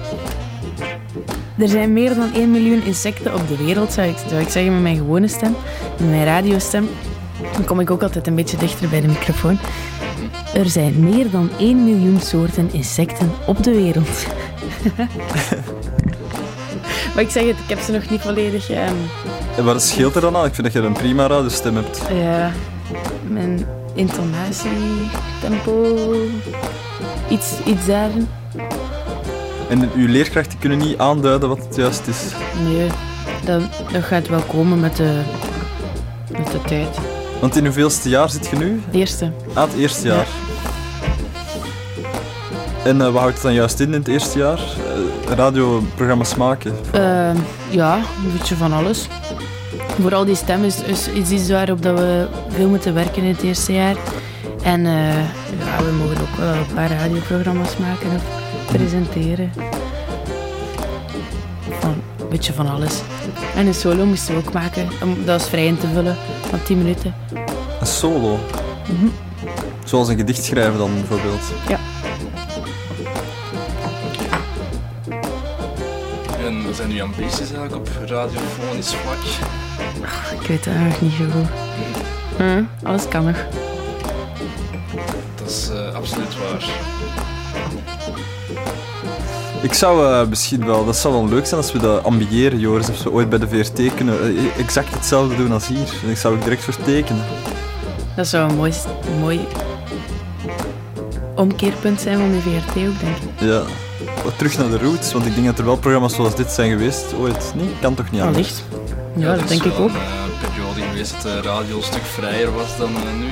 er zijn meer dan één miljoen insecten op de wereld, zou ik, zou ik zeggen met mijn gewone stem. Met mijn radiostem. Dan kom ik ook altijd een beetje dichter bij de microfoon. Er zijn meer dan één miljoen soorten insecten op de wereld. Maar ik zeg het, ik heb ze nog niet volledig... Um... En wat scheelt er dan aan? Ik vind dat je een prima radiostem hebt. Ja, mijn intonatie, tempo, iets, iets daar. En uw leerkrachten kunnen niet aanduiden wat het juist is? Nee, dat, dat gaat wel komen met de, met de tijd. Want in hoeveelste jaar zit je nu? Het eerste. Ah, het eerste jaar. Ja. En uh, wat houdt het dan juist in in het eerste jaar? Uh, radioprogramma's maken? Uh, ja, een beetje van alles. Vooral die stem is, is, is iets waarop dat we veel moeten werken in het eerste jaar. En uh, ja, we mogen ook wel een paar radioprogramma's maken of presenteren. Van, een beetje van alles. En een solo moesten we ook maken. Dat was vrij in te vullen, van tien minuten. Een solo? Mm-hmm. Zoals een gedicht schrijven dan bijvoorbeeld? Ja. En wat zijn uw ambities eigenlijk op radiofonisch vlak? Oh, ik weet het eigenlijk niet zo goed. Hm, alles kan nog. Dat is uh, absoluut waar. Ik zou uh, misschien wel, dat zou wel leuk zijn als we dat ambiëren, Joris, of we ooit bij de V R T kunnen uh, exact hetzelfde doen als hier. En ik zou ook direct voor tekenen. Dat zou een mooi, een mooi omkeerpunt zijn van de V R T ook, denk ik. Ja, wat terug naar de roots, want ik denk dat er wel programma's zoals dit zijn geweest ooit. Nee, kan toch niet anders? Allicht. Ja, ja, dat denk ik ook. Er is wel een uh, periode geweest dat de radio een stuk vrijer was dan uh, nu.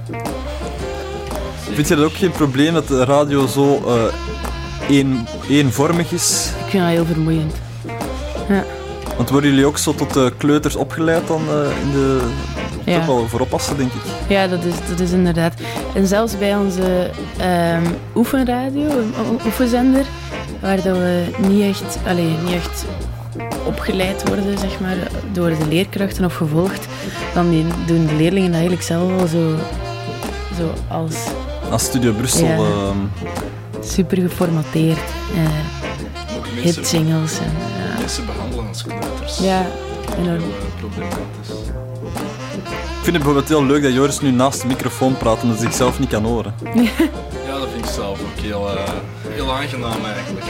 Vind je dat ook geen probleem dat de radio zo uh, één, eenvormig is? Ik vind dat heel vermoeiend. Ja. Want worden jullie ook zo tot de kleuters opgeleid dan uh, in de... Ja. Toch wel voor oppassen, denk ik. Ja, dat is, dat is inderdaad. En zelfs bij onze um, oefenradio, een oefenzender, waar dat we niet echt, allez, niet echt opgeleid worden, zeg maar, door de leerkrachten of gevolgd, dan die, doen de leerlingen dat eigenlijk zelf wel zo, zo als... Als Studio Brussel... Ja, uh... super geformateerd. Uh, Hit-singles. En, uh, mensen behandelen als kleuters. Ja, enorm. Heel uh, problematisch. Ik vind het bijvoorbeeld heel leuk dat Joris nu naast de microfoon praat, omdat hij zichzelf niet kan horen. Ja, dat vind ik zelf ook heel, uh, heel aangenaam eigenlijk.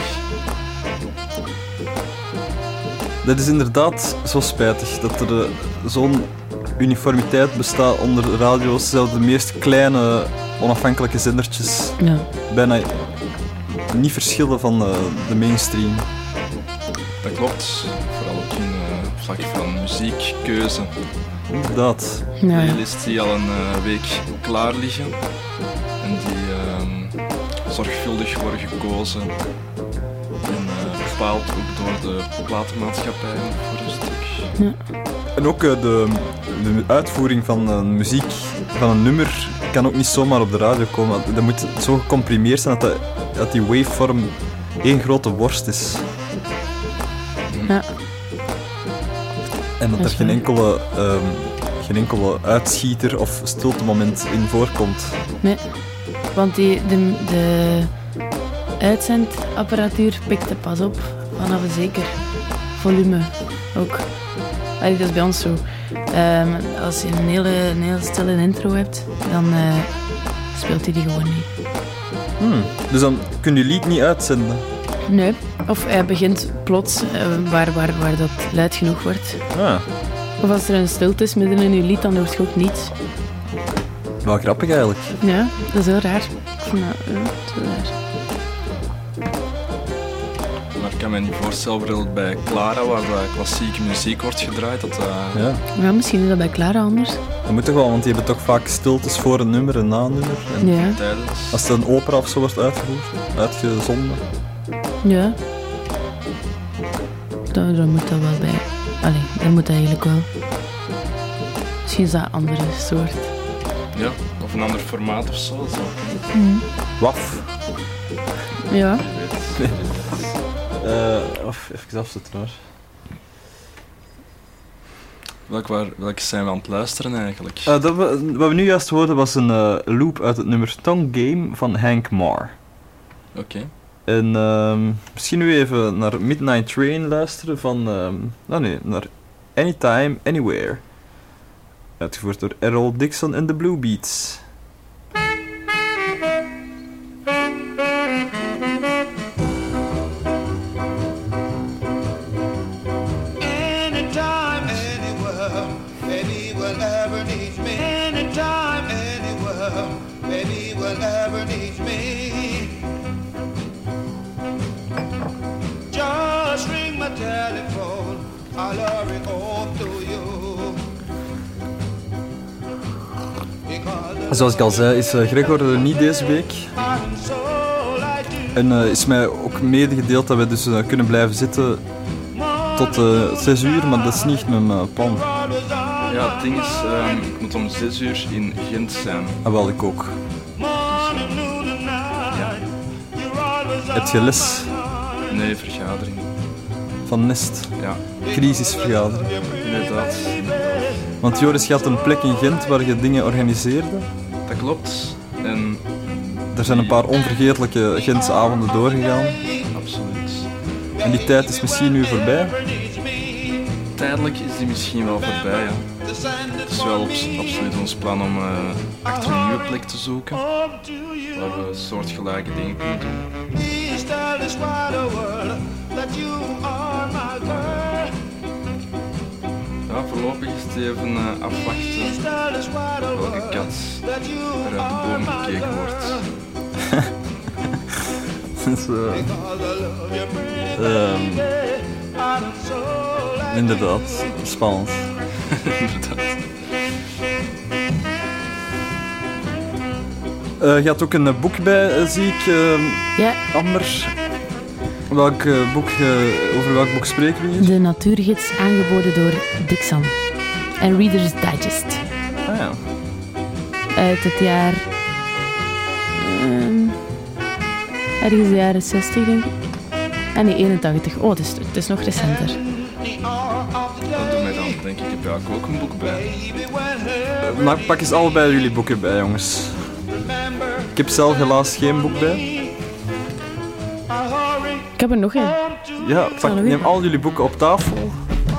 Dat is inderdaad zo spijtig, dat er uh, zo'n uniformiteit bestaat onder radio's, zelfs de meest kleine onafhankelijke zendertjes, ja. bijna niet verschillen van uh, de mainstream. Dat klopt, vooral ook in uh, vlak van muziekkeuze. Inderdaad. Ja. Playlists die al een uh, week klaar liggen en die uh, zorgvuldig worden gekozen en uh, bepaald ook door de platenmaatschappij voor een stuk. Ja. En ook uh, de, de uitvoering van uh, muziek, van een nummer, kan ook niet zomaar op de radio komen. Dat moet zo gecomprimeerd zijn dat, de, dat die waveform één grote worst is. Ja. En dat, dat er geen enkele, um, geen enkele uitschieter of stiltemoment in voorkomt. Nee, want die, de, de uitzendapparatuur pikt er pas op vanaf een zeker volume ook. Allee, dat is bij ons zo. Um, als je een hele, een hele stille intro hebt, dan uh, speelt hij die gewoon niet. Hmm. Dus dan kun je lied niet uitzenden? Nee. Of hij begint plots uh, waar, waar, waar dat luid genoeg wordt. Ah. Of als er een stilte is midden in je lied, dan hoort je ook niets. Wel grappig eigenlijk. Ja, dat is heel raar. Ik vind dat, uh, dat is heel raar. Maar ik kan me niet voorstellen bijvoorbeeld bij Clara, waar de klassieke muziek wordt gedraaid, dat dat... Ja. Ja, misschien is dat bij Clara anders. Dat moet toch wel, want die hebben toch vaak stiltes voor een nummer en na een nummer. En ja. Als er een opera of zo wordt uitgevoerd, uitgezonden. Ja. Dan, dan moet dat wel bij. Allee, dan moet dat eigenlijk wel. Misschien is dat een andere soort. Ja, of een ander formaat of zo. zo. Mm. Waf. Ja. Uh, of even afzetten hoor. Welk, waar, welke zijn we aan het luisteren eigenlijk? Uh, dat we, wat we nu juist hoorden was een uh, loop uit het nummer Tongue Game van Hank Marr. Oké. Okay. En uh, misschien nu even naar Midnight Train luisteren van... Uh, nou nee, naar Anytime, Anywhere. Uitgevoerd door Errol Dixon en de Blue Beats. Zoals ik al zei, is uh, Gregor er niet deze week. En uh, is mij ook medegedeeld dat we dus uh, kunnen blijven zitten tot uh, zes uur, maar dat is niet mijn uh, plan. Ja, het ding is, uh, ik moet om zes uur in Gent zijn. Ah, wel, ik ook. Dus, uh, ja. Heb je les? Nee, vergadering. Van Nest? Ja. Crisisvergadering? Inderdaad. Want Joris, je had een plek in Gent waar je dingen organiseerde. Dat klopt. En... er zijn een paar onvergetelijke Gentse avonden doorgegaan. Absoluut. En die tijd is misschien nu voorbij? Tijdelijk is die misschien wel voorbij, ja. Het is wel absoluut ons plan om uh, achter een nieuwe plek te zoeken. Waar we soortgelijke dingen kunnen doen. Ja, voorlopig is het even uh, afwachten welke kat er uit de boom gekeken wordt. Dus, uh, um, inderdaad, spannend. Inderdaad. Uh, je had ook een uh, boek bij, uh, zie ik, uh, ja. Amber. Welk, uh, boek, uh, over welk boek spreken we hier? De Natuurgids, aangeboden door Dixon en Reader's Digest. Ah ja. Uit het jaar... Um, ergens de jaren zestig, denk ik. Ah nee, eenentachtig. Oh, het is, het is nog recenter. Dat doet mij dan, denk ik, heb ik ook een boek bij. Uh, maar pak eens allebei jullie boeken bij, jongens. Ik heb zelf helaas geen boek bij. Ik heb er nog één. Ja, pak, neem al jullie boeken op tafel.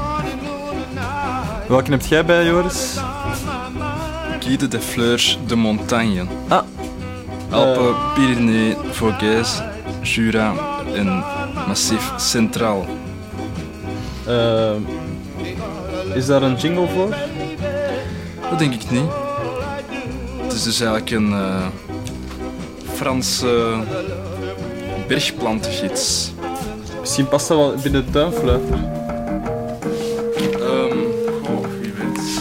Welke heb jij bij, Joris? Guide des Fleurs de Montagne. Ah. Alpen, uh. Pyrénées, Vosges, Jura en Massif Centraal. Uh, is daar een jingle voor? Dat denk ik niet. Het is dus eigenlijk een uh, Franse uh, bergplantengids. Misschien past dat wel binnen de tuinfluiter. Um, oh, wie weet.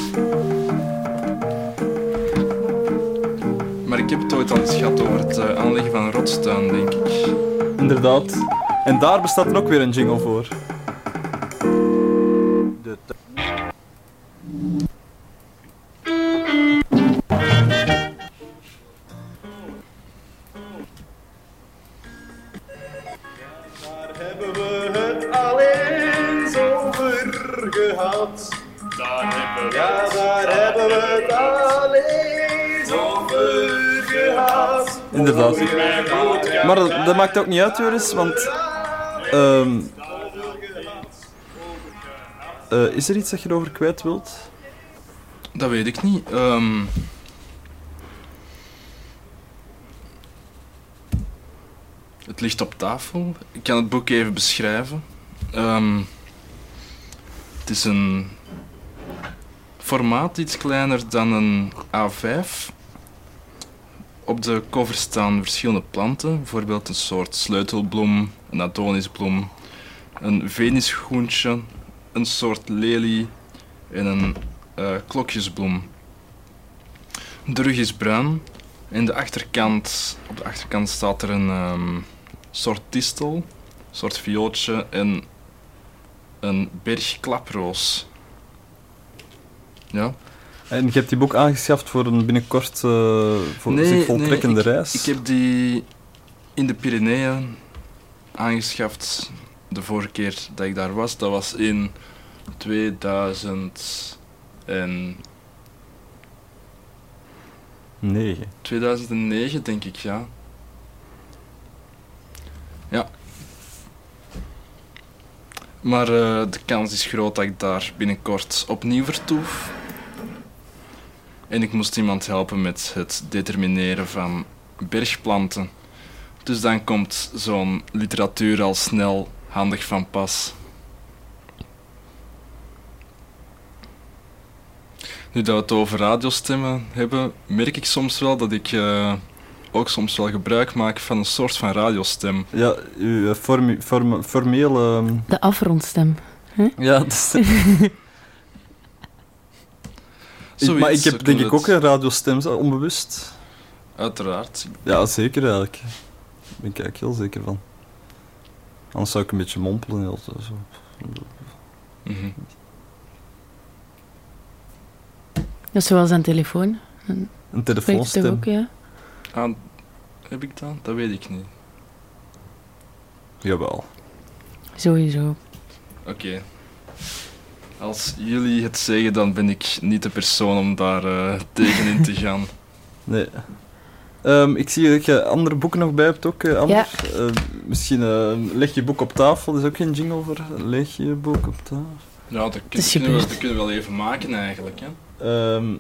Maar ik heb het ooit al eens gehad over het uh, aanleggen van een rotstuin, denk ik. Inderdaad. En daar bestaat er ook weer een jingle voor. De Ja, daar hebben we het al eens over gehad. Inderdaad. Maar dat, dat maakt ook niet uit, Joris, want... Um, Uh, is er iets dat je erover kwijt wilt? Dat weet ik niet. Um... Het ligt op tafel. Ik kan het boek even beschrijven. Um... Het is een formaat iets kleiner dan een A vijf. Op de cover staan verschillende planten, bijvoorbeeld een soort sleutelbloem, een adonisbloem, een venusgroentje, een soort lelie en een uh, klokjesbloem. De rug is bruin en de achterkant, op de achterkant staat er een um, soort distel, een soort viooltje en een berg klaproos. Ja. En je hebt die boek aangeschaft voor een binnenkort uh, voor nee, zich voltrekkende nee, ik, reis? Ik heb die in de Pyreneeën aangeschaft de vorige keer dat ik daar was. Dat was in tweeduizend negen. tweeduizend negen, denk ik, ja. Ja. Maar uh, de kans is groot dat ik daar binnenkort opnieuw vertoef. En ik moest iemand helpen met het determineren van bergplanten. Dus dan komt zo'n literatuur al snel handig van pas. Nu dat we het over radiostemmen hebben, merk ik soms wel dat ik uh, ook soms wel gebruik maak van een soort van radiostem. Ja, uw form, form, formele... De afrondstem. Huh? Ja, dat is... Zoiets, maar ik heb denk ik het... ook een radiostem, onbewust. Uiteraard. Ja, zeker eigenlijk. Daar ben ik eigenlijk heel zeker van. Anders zou ik een beetje mompelen. Heel zo. Mm-hmm. Dat is zoals een telefoon. Een, een telefoonstem. Ook, ja. Ah, heb ik dat? Dat weet ik niet. Jawel. Sowieso. Oké. Okay. Als jullie het zeggen, dan ben ik niet de persoon om daar uh, tegenin te gaan. Nee. Um, ik zie dat je andere boeken nog bij hebt ook, uh, Anders. Ja. Uh, misschien uh, leg je boek op tafel, er is ook geen jingle voor. Leg je boek op tafel. Ja, dat, kun, dat, kunnen, we, dat kunnen we wel even maken eigenlijk. Hè. Um,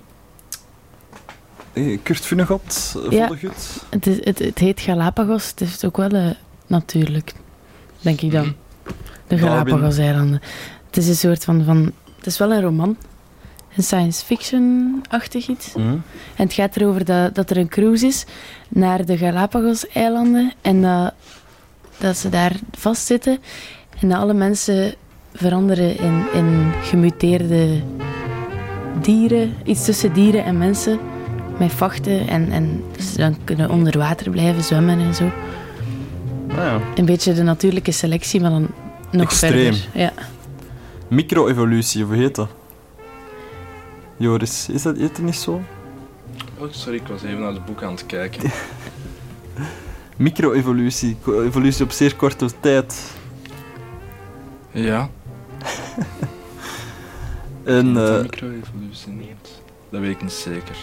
Kurt Vonnegut, ja, volle goed. Het, is, het, het heet Galapagos, het is ook wel uh, natuurlijk, denk ik dan. Mm. De Galapagos-eilanden. Het is een soort van, van... Het is wel een roman. Een science fiction-achtig iets. Mm. En het gaat erover dat, dat er een cruise is naar de Galapagos-eilanden. En dat, dat ze daar vastzitten. En dat alle mensen veranderen in, in gemuteerde dieren. Iets tussen dieren en mensen. Met vachten. En, en ze dan kunnen onder water blijven zwemmen en zo. Ah, ja. Een beetje de natuurlijke selectie, maar dan nog Extreem. verder. Ja. Micro-evolutie, hoe heet dat? Joris, is dat, heet dat niet zo? Oh, sorry, ik was even naar het boek aan het kijken. Micro-evolutie, evolutie op zeer korte tijd. Ja. en, uh, micro-evolutie niet. Dat weet ik niet zeker.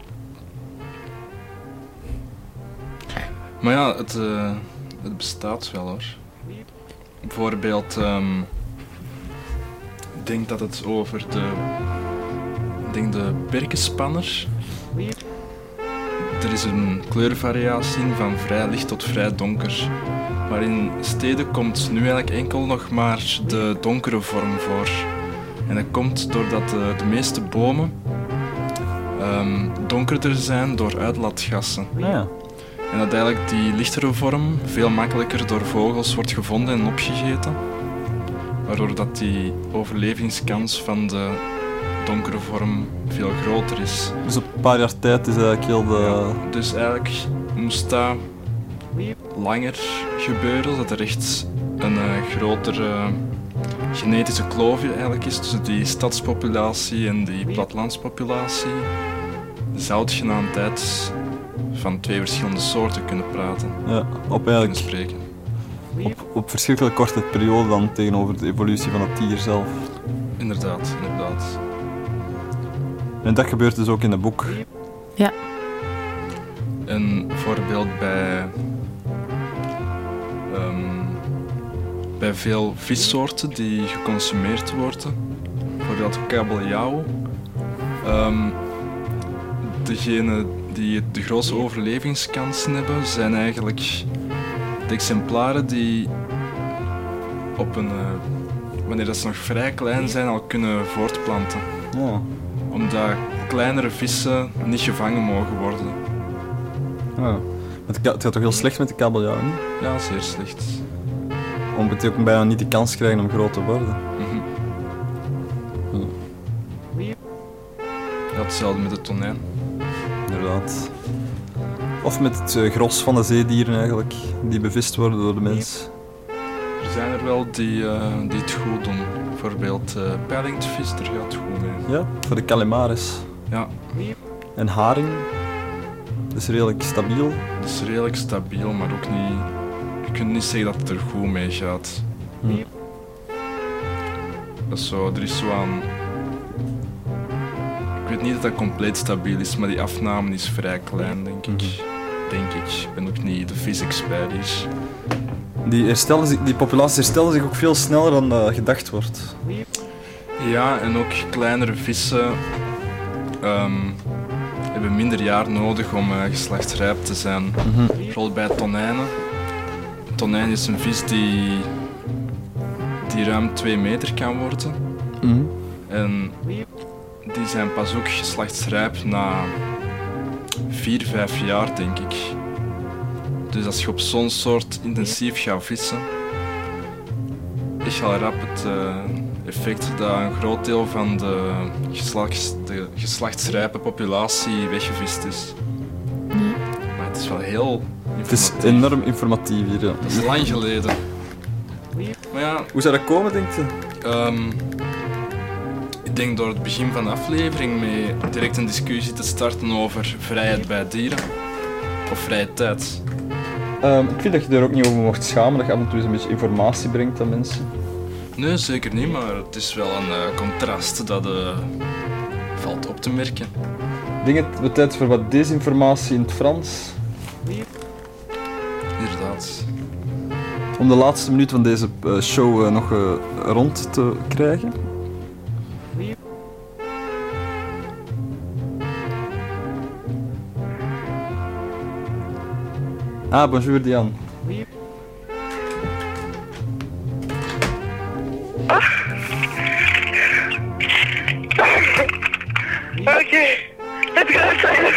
Maar ja, het, uh, het bestaat wel hoor. Bijvoorbeeld, um, ik denk dat het over de, ik denk de berkenspanner. Er is een kleurvariatie in van vrij licht tot vrij donker. Maar in steden komt nu eigenlijk enkel nog maar de donkere vorm voor. En dat komt doordat de, de meeste bomen um, donkerder zijn door uitlaatgassen. Ja. En dat eigenlijk die lichtere vorm veel makkelijker door vogels wordt gevonden en opgegeten. Waardoor dat die overlevingskans van de donkere vorm veel groter is. Dus op een paar jaar tijd is eigenlijk heel de... Ja, dus eigenlijk moest dat langer gebeuren, dat er echt een uh, grotere genetische kloof eigenlijk is tussen die stadspopulatie en die plattelandspopulatie. Zou het na een tijd van twee verschillende soorten kunnen praten. Ja, op eigenlijk... spreken. Op, op verschrikkelijk korte periode dan tegenover de evolutie van het dier zelf. Inderdaad, inderdaad. En dat gebeurt dus ook in het boek. Ja. Een voorbeeld bij... Um, bij veel vissoorten die geconsumeerd worden, bijvoorbeeld kabeljauw. Um, degenen die de grootste overlevingskansen hebben, zijn eigenlijk de exemplaren die op een, uh, wanneer dat ze nog vrij klein zijn, al kunnen voortplanten. Ja. Omdat kleinere vissen niet gevangen mogen worden. Ja. Het gaat toch heel slecht met de kabeljauw, niet? Ja, zeer slecht. Omdat die ook bijna niet de kans krijgen om groot te worden. Mm-hmm. Ja. Ja, hetzelfde met de tonijn. Inderdaad. Of met het uh, gros van de zeedieren eigenlijk, die bevist worden door de mens. Er zijn er wel die, uh, die het goed doen. Bijvoorbeeld uh, peilingvis, daar gaat het goed mee. Ja, voor de calamaris. Ja. En haring, dat is redelijk stabiel. Dat is redelijk stabiel, maar ook niet... Je kunt niet zeggen dat het er goed mee gaat. Hm. Dat is zo, er is zo aan... Ik weet niet dat dat compleet stabiel is, maar die afname is vrij klein, denk ik. Hm. Denk ik. Ik ben ook niet de vis-expert hier. Die, herstellen zich, die populaties herstellen zich ook veel sneller dan uh, gedacht wordt. Ja, en ook kleinere vissen um, hebben minder jaar nodig om uh, geslachtsrijp te zijn. Mm-hmm. Vooral bij tonijnen. Een tonijn is een vis die, die ruim twee meter kan worden. Mm-hmm. En die zijn pas ook geslachtsrijp na vier, vijf jaar, denk ik. Dus als je op zo'n soort intensief gaat vissen, is je al rap het uh, effect dat een groot deel van de, geslachts, de geslachtsrijpe populatie weggevist is. Ja. Maar het is wel heel Het is informatief. enorm informatief hier. Ja. Dat is lang geleden. Maar ja, Hoe zou dat komen, denk je? um, ik denk door het begin van de aflevering mee direct een discussie te starten over vrijheid bij dieren. Of vrije tijd. Um, ik vind dat je er ook niet over mocht schamen, dat je af en toe eens een beetje informatie brengt aan mensen. Nee, zeker niet, maar het is wel een uh, contrast dat uh, valt op te merken. Ik denk dat we tijd voor wat desinformatie in het Frans. Inderdaad. Om de laatste minuut van deze uh, show uh, nog uh, rond te krijgen. Ah, bonjour Diane. Oké, het gaat zijn.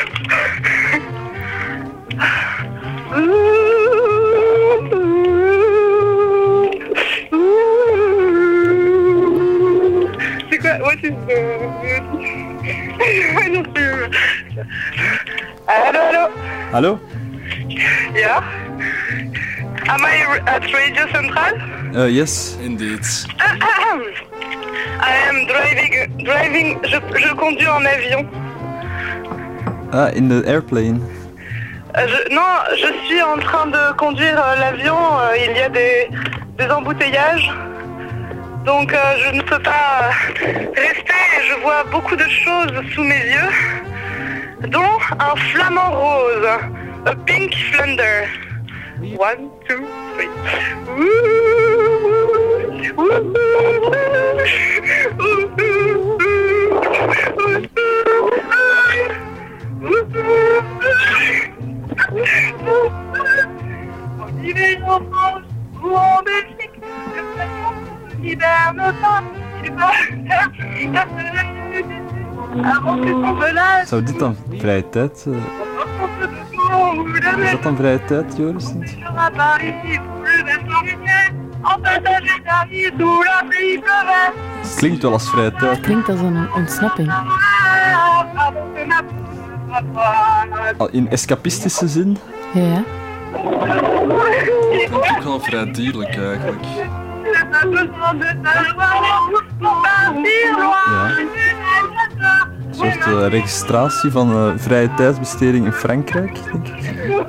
C'est quoi? What is the... I don't know. Hallo, hallo. Hallo? Ja? Am I at Radio Central? Uh, yes. Indeed. I am driving, driving, je, je conduis en avion. Ah, in the airplane. Euh, je, non, je suis en train de conduire euh, l'avion, euh, il y a des, des embouteillages, donc euh, je ne peux pas euh, rester et je vois beaucoup de choses sous mes yeux, dont un flamant rose, a pink flounder. One, two, three. On dirait en France ou en Belgique, le printemps hiberne pas, il va avant que son pelage. Zou dit dan vrije tijd... Uh... Is dat dan vrije tijd, Joris? Het klinkt wel als vrije tijd. Het klinkt als een ontsnapping. Al in escapistische zin? Ja. Ik vind het ook wel vrij dierlijk eigenlijk. Ja. Een soort uh, registratie van uh, vrije tijdsbesteding in Frankrijk, denk ik.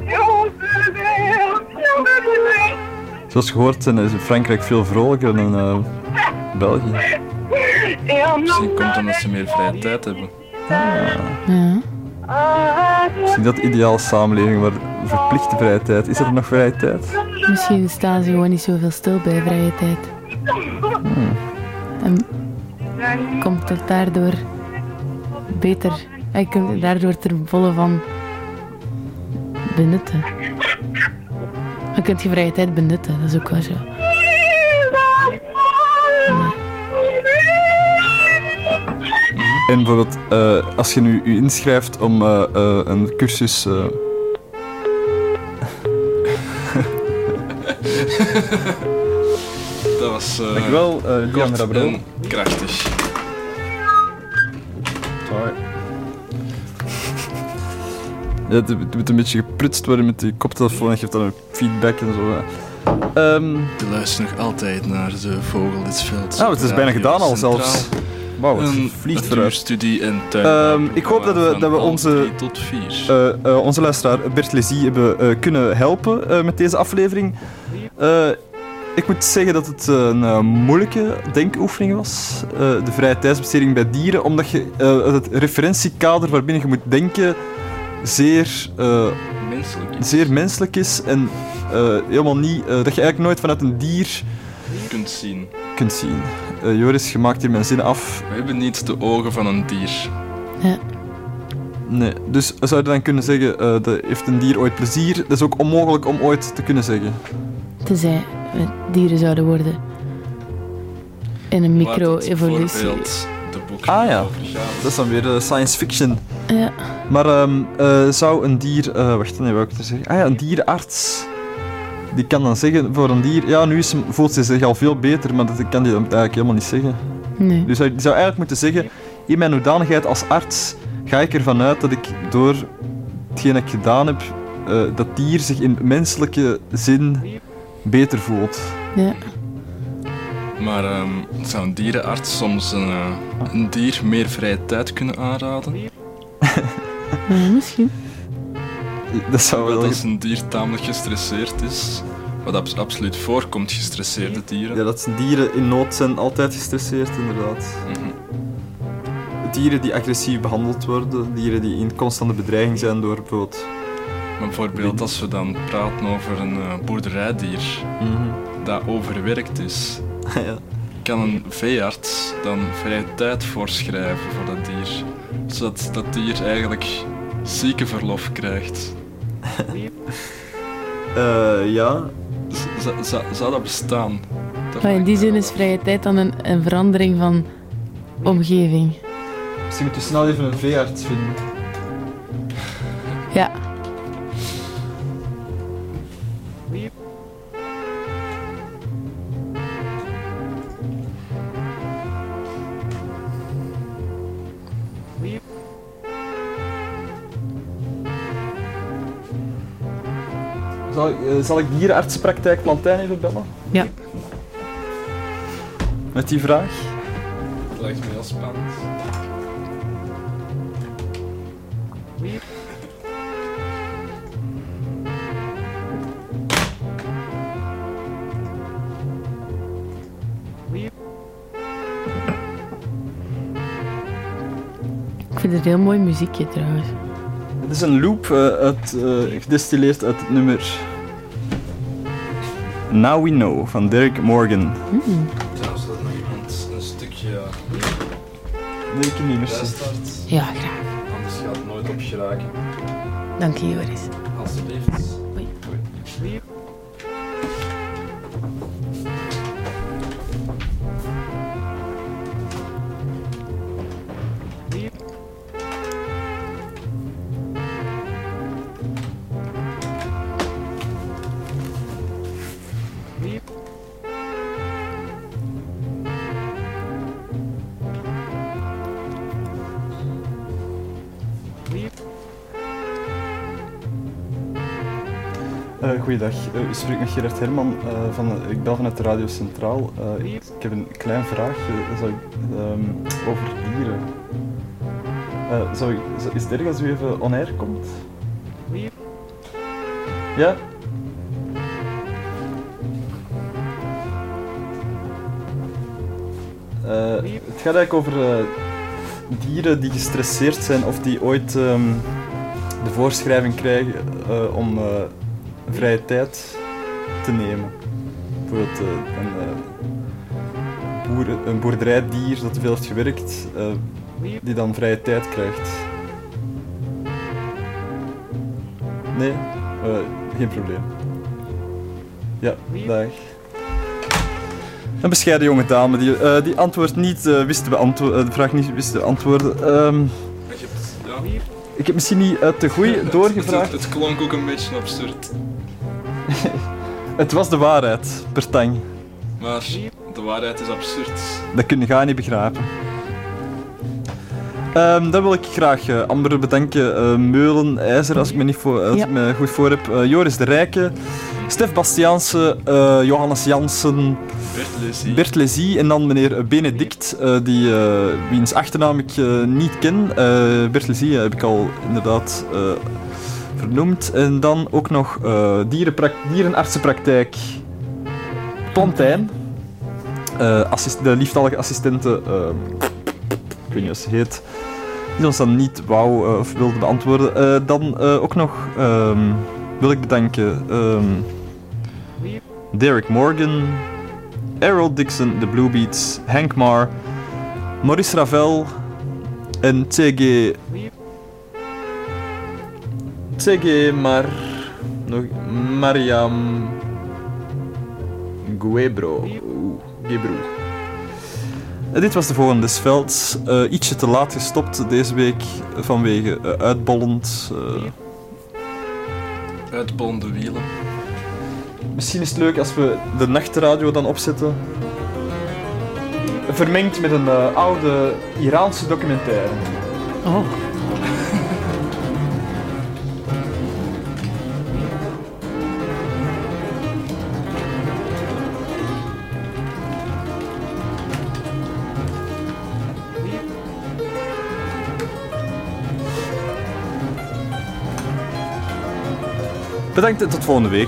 Zoals gehoord zijn is in Frankrijk veel vrolijker dan uh, België. Misschien komt het omdat ze meer vrije tijd hebben. Ah. Ja. Misschien dat de ideale samenleving waar verplichte vrije tijd. Is er nog vrije tijd? Misschien staan ze gewoon niet zoveel stil bij vrije tijd. Hmm. En komt het daardoor beter. Je kunt het daardoor ter volle van benutten. Je kunt je vrije tijd benutten, dat is ook wel zo. En bijvoorbeeld, uh, als je nu je inschrijft om uh, uh, een cursus... Uh... Dat was uh, Dankjewel, uh, Diane Rabro. en krachtig. Sorry. Ja, het, het moet een beetje geprutst worden met die koptelefoon en je geeft dan een feedback en zo. Um... Je luistert nog altijd naar de Vogelitsveld. Ah, het is bijna gedaan al zelfs. Wauw, het een vliegt vooruit. Studie en tuin. Um, ik hoop dat we, dat we onze, tot vier. Uh, uh, onze luisteraar Bert Lézy hebben uh, kunnen helpen uh, met deze aflevering. Uh, ik moet zeggen dat het uh, een uh, moeilijke denkoefening was. Uh, de vrije tijdsbesteding bij dieren, omdat je uh, het referentiekader waarbinnen je moet denken zeer, uh, menselijk is. zeer menselijk is en uh, helemaal niet, uh, dat je eigenlijk nooit vanuit een dier kunt zien. Kunt zien. Uh, Joris, je maakt hier mijn zin af. We hebben niet de ogen van een dier. Ja. Nee, dus zou je dan kunnen zeggen, uh, dat heeft een dier ooit plezier? Dat is ook onmogelijk om ooit te kunnen zeggen. Tenzij we dieren zouden worden. In een micro-evolutie. Ah ja, dat is dan weer uh, science fiction. Ja. Maar um, uh, zou een dier... Uh, wacht, nee, wou ik te zeggen? Ah ja, een dierenarts. Die kan dan zeggen voor een dier... Ja, nu is hem, voelt ze zich al veel beter, maar dat kan die dan eigenlijk helemaal niet zeggen. Nee. Dus die zou eigenlijk moeten zeggen... In mijn hoedanigheid als arts ga ik ervan uit dat ik door hetgeen dat ik gedaan heb... Uh, dat dier zich in menselijke zin beter voelt. Ja. Maar um, zou een dierenarts soms een, uh, een dier meer vrije tijd kunnen aanraden? Ja, misschien. Dat zou wel... Dat als een dier tamelijk gestresseerd is, wat abs- absoluut voorkomt, gestresseerde dieren. Ja, dat dieren in nood zijn altijd gestresseerd, inderdaad. Mm-hmm. Dieren die agressief behandeld worden, dieren die in constante bedreiging zijn door bijvoorbeeld... Maar bijvoorbeeld als we dan praten over een uh, boerderijdier mm-hmm. dat overwerkt is, ja. kan een veearts dan vrije tijd voorschrijven voor dat dier, zodat dat dier eigenlijk ziekenverlof krijgt. uh, ja. Z- z- z- zou dat bestaan? Dat maar in die zin is vrije tijd dan een, een verandering van omgeving. Misschien moet je snel even een veearts vinden. Ja. Zal ik, uh, zal ik dierenartsenpraktijk Plantijn even bellen? Ja. Met die vraag? Dat lijkt me heel spannend. Ik vind het een heel mooi muziekje trouwens. Het is een loop uh, uit, uh, gedestilleerd uit het nummer Now We Know van Derek Morgan. Mm. Trouwens, dat nog iemand een stukje... Nee, ik niet, merci. Ja, graag. Anders gaat het nooit op geraken. Dank je, Joris. Alsjeblieft. Hoi. Hoi. Uh, goeiedag, uh, u spreekt met Gerard Herman. Uh, van, uh, ik bel vanuit de Radio Centraal. Uh, ik, ik heb een klein vraagje zou ik, um, over dieren. Uh, zou ik, is het erg als u even on air komt? Ja? Uh, het gaat eigenlijk over uh, dieren die gestresseerd zijn of die ooit um, de voorschrijving krijgen uh, om uh, vrije tijd te nemen. Bijvoorbeeld uh, een uh, boer, een boerderijdier dat te veel heeft gewerkt, uh, die dan vrije tijd krijgt. Nee? Uh, geen probleem. Ja, dag. Een bescheiden jonge dame die, uh, die antwoord niet uh, wist te beantwoorden, uh, de vraag niet wist te beantwoorden. Um, ja. Ik heb misschien niet uit de goeie doorgevraagd. Het, het klonk ook een beetje absurd. Het was de waarheid, Bertang. Maar de waarheid is absurd. Dat kun je gaan niet begrijpen. Um, dan wil ik graag uh, Amber bedanken. Uh, Meulen, IJzer, als ik me, niet voor, als ja. ik me goed voor heb. Uh, Joris de Rijke, Stef Bastiaanse, uh, Johannes Jansen, Bert Lezy. Bert Lezy en dan meneer Benedict, uh, die, uh, wiens achternaam ik uh, niet ken. Uh, Bert Lezy heb ik al inderdaad uh, vernoemd. En dan ook nog uh, dierenartsenpraktijk Plantijn. Uh, assist- de lieftallige assistente, uh, ik weet niet hoe ze heet, die ons dan niet wou uh, of wilde beantwoorden. Uh, dan uh, ook nog um, wil ik bedanken um, Derek Morgan, Errol Dixon, The Blue Beats, Hank Marr, Maurice Ravel en T G... T G Mar... Nog... Mariam... Guebro. Gebro. Uh, dit was de volgende des velds. Uh, ietsje te laat gestopt deze week vanwege uh, uitbollend... Uh... Uitbollende wielen. Misschien is het leuk als we de nachtradio dan opzetten. Vermengd met een uh, oude Iraanse documentaire. Oh. Bedankt en tot volgende week.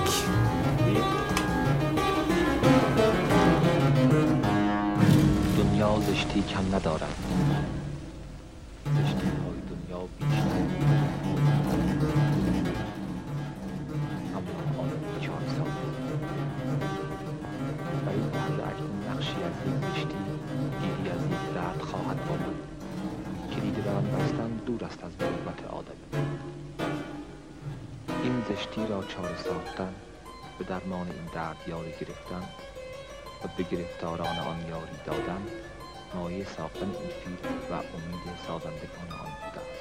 دنیا زشتی کم ندارد. زشتی های دنیا بیشتر. اما آن چهار سال. برای محل اکنون نقشی از این زشتی دیدی از این درد خواهد آمد. کلید بر آن بستن دور است از قوت آدمی. این زشتی را چاره ساختن، به درمان این درد یاری گرفتن و به گرفتاران آن یاری دادن، مایه ساختن این فیلم و امید سازندگان آن بوده است.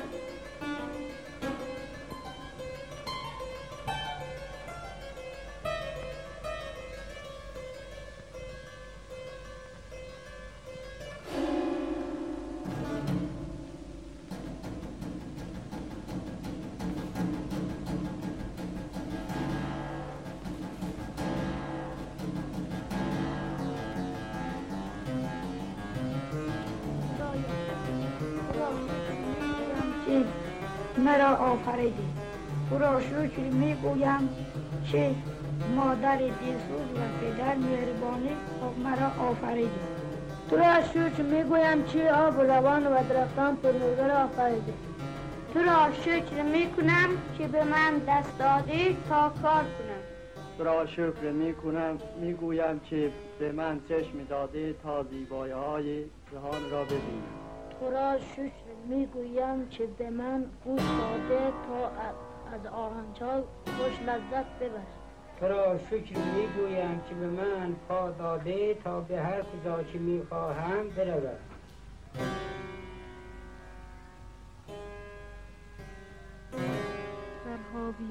مرا آفریدی. او را شکر میگویم که مادر دلسوز و پدر مهربانی مرا آفریدی. تو را شکر میگویم که آب روان و درختان پرنور آفریدی. تو را شکر میکنم که به من دست دادی تا کار کنم. تو را شکر میکنم میگویم که به من چشم دادی تا زیبایی های جهان را ببینم. تو را شکر میگویم که به من گوش داده تا از آهنگ‌ها خوش لذت ببرم. تو را شکر میگویم که به من پا داده تا به هر کجا که میخواهم بروم.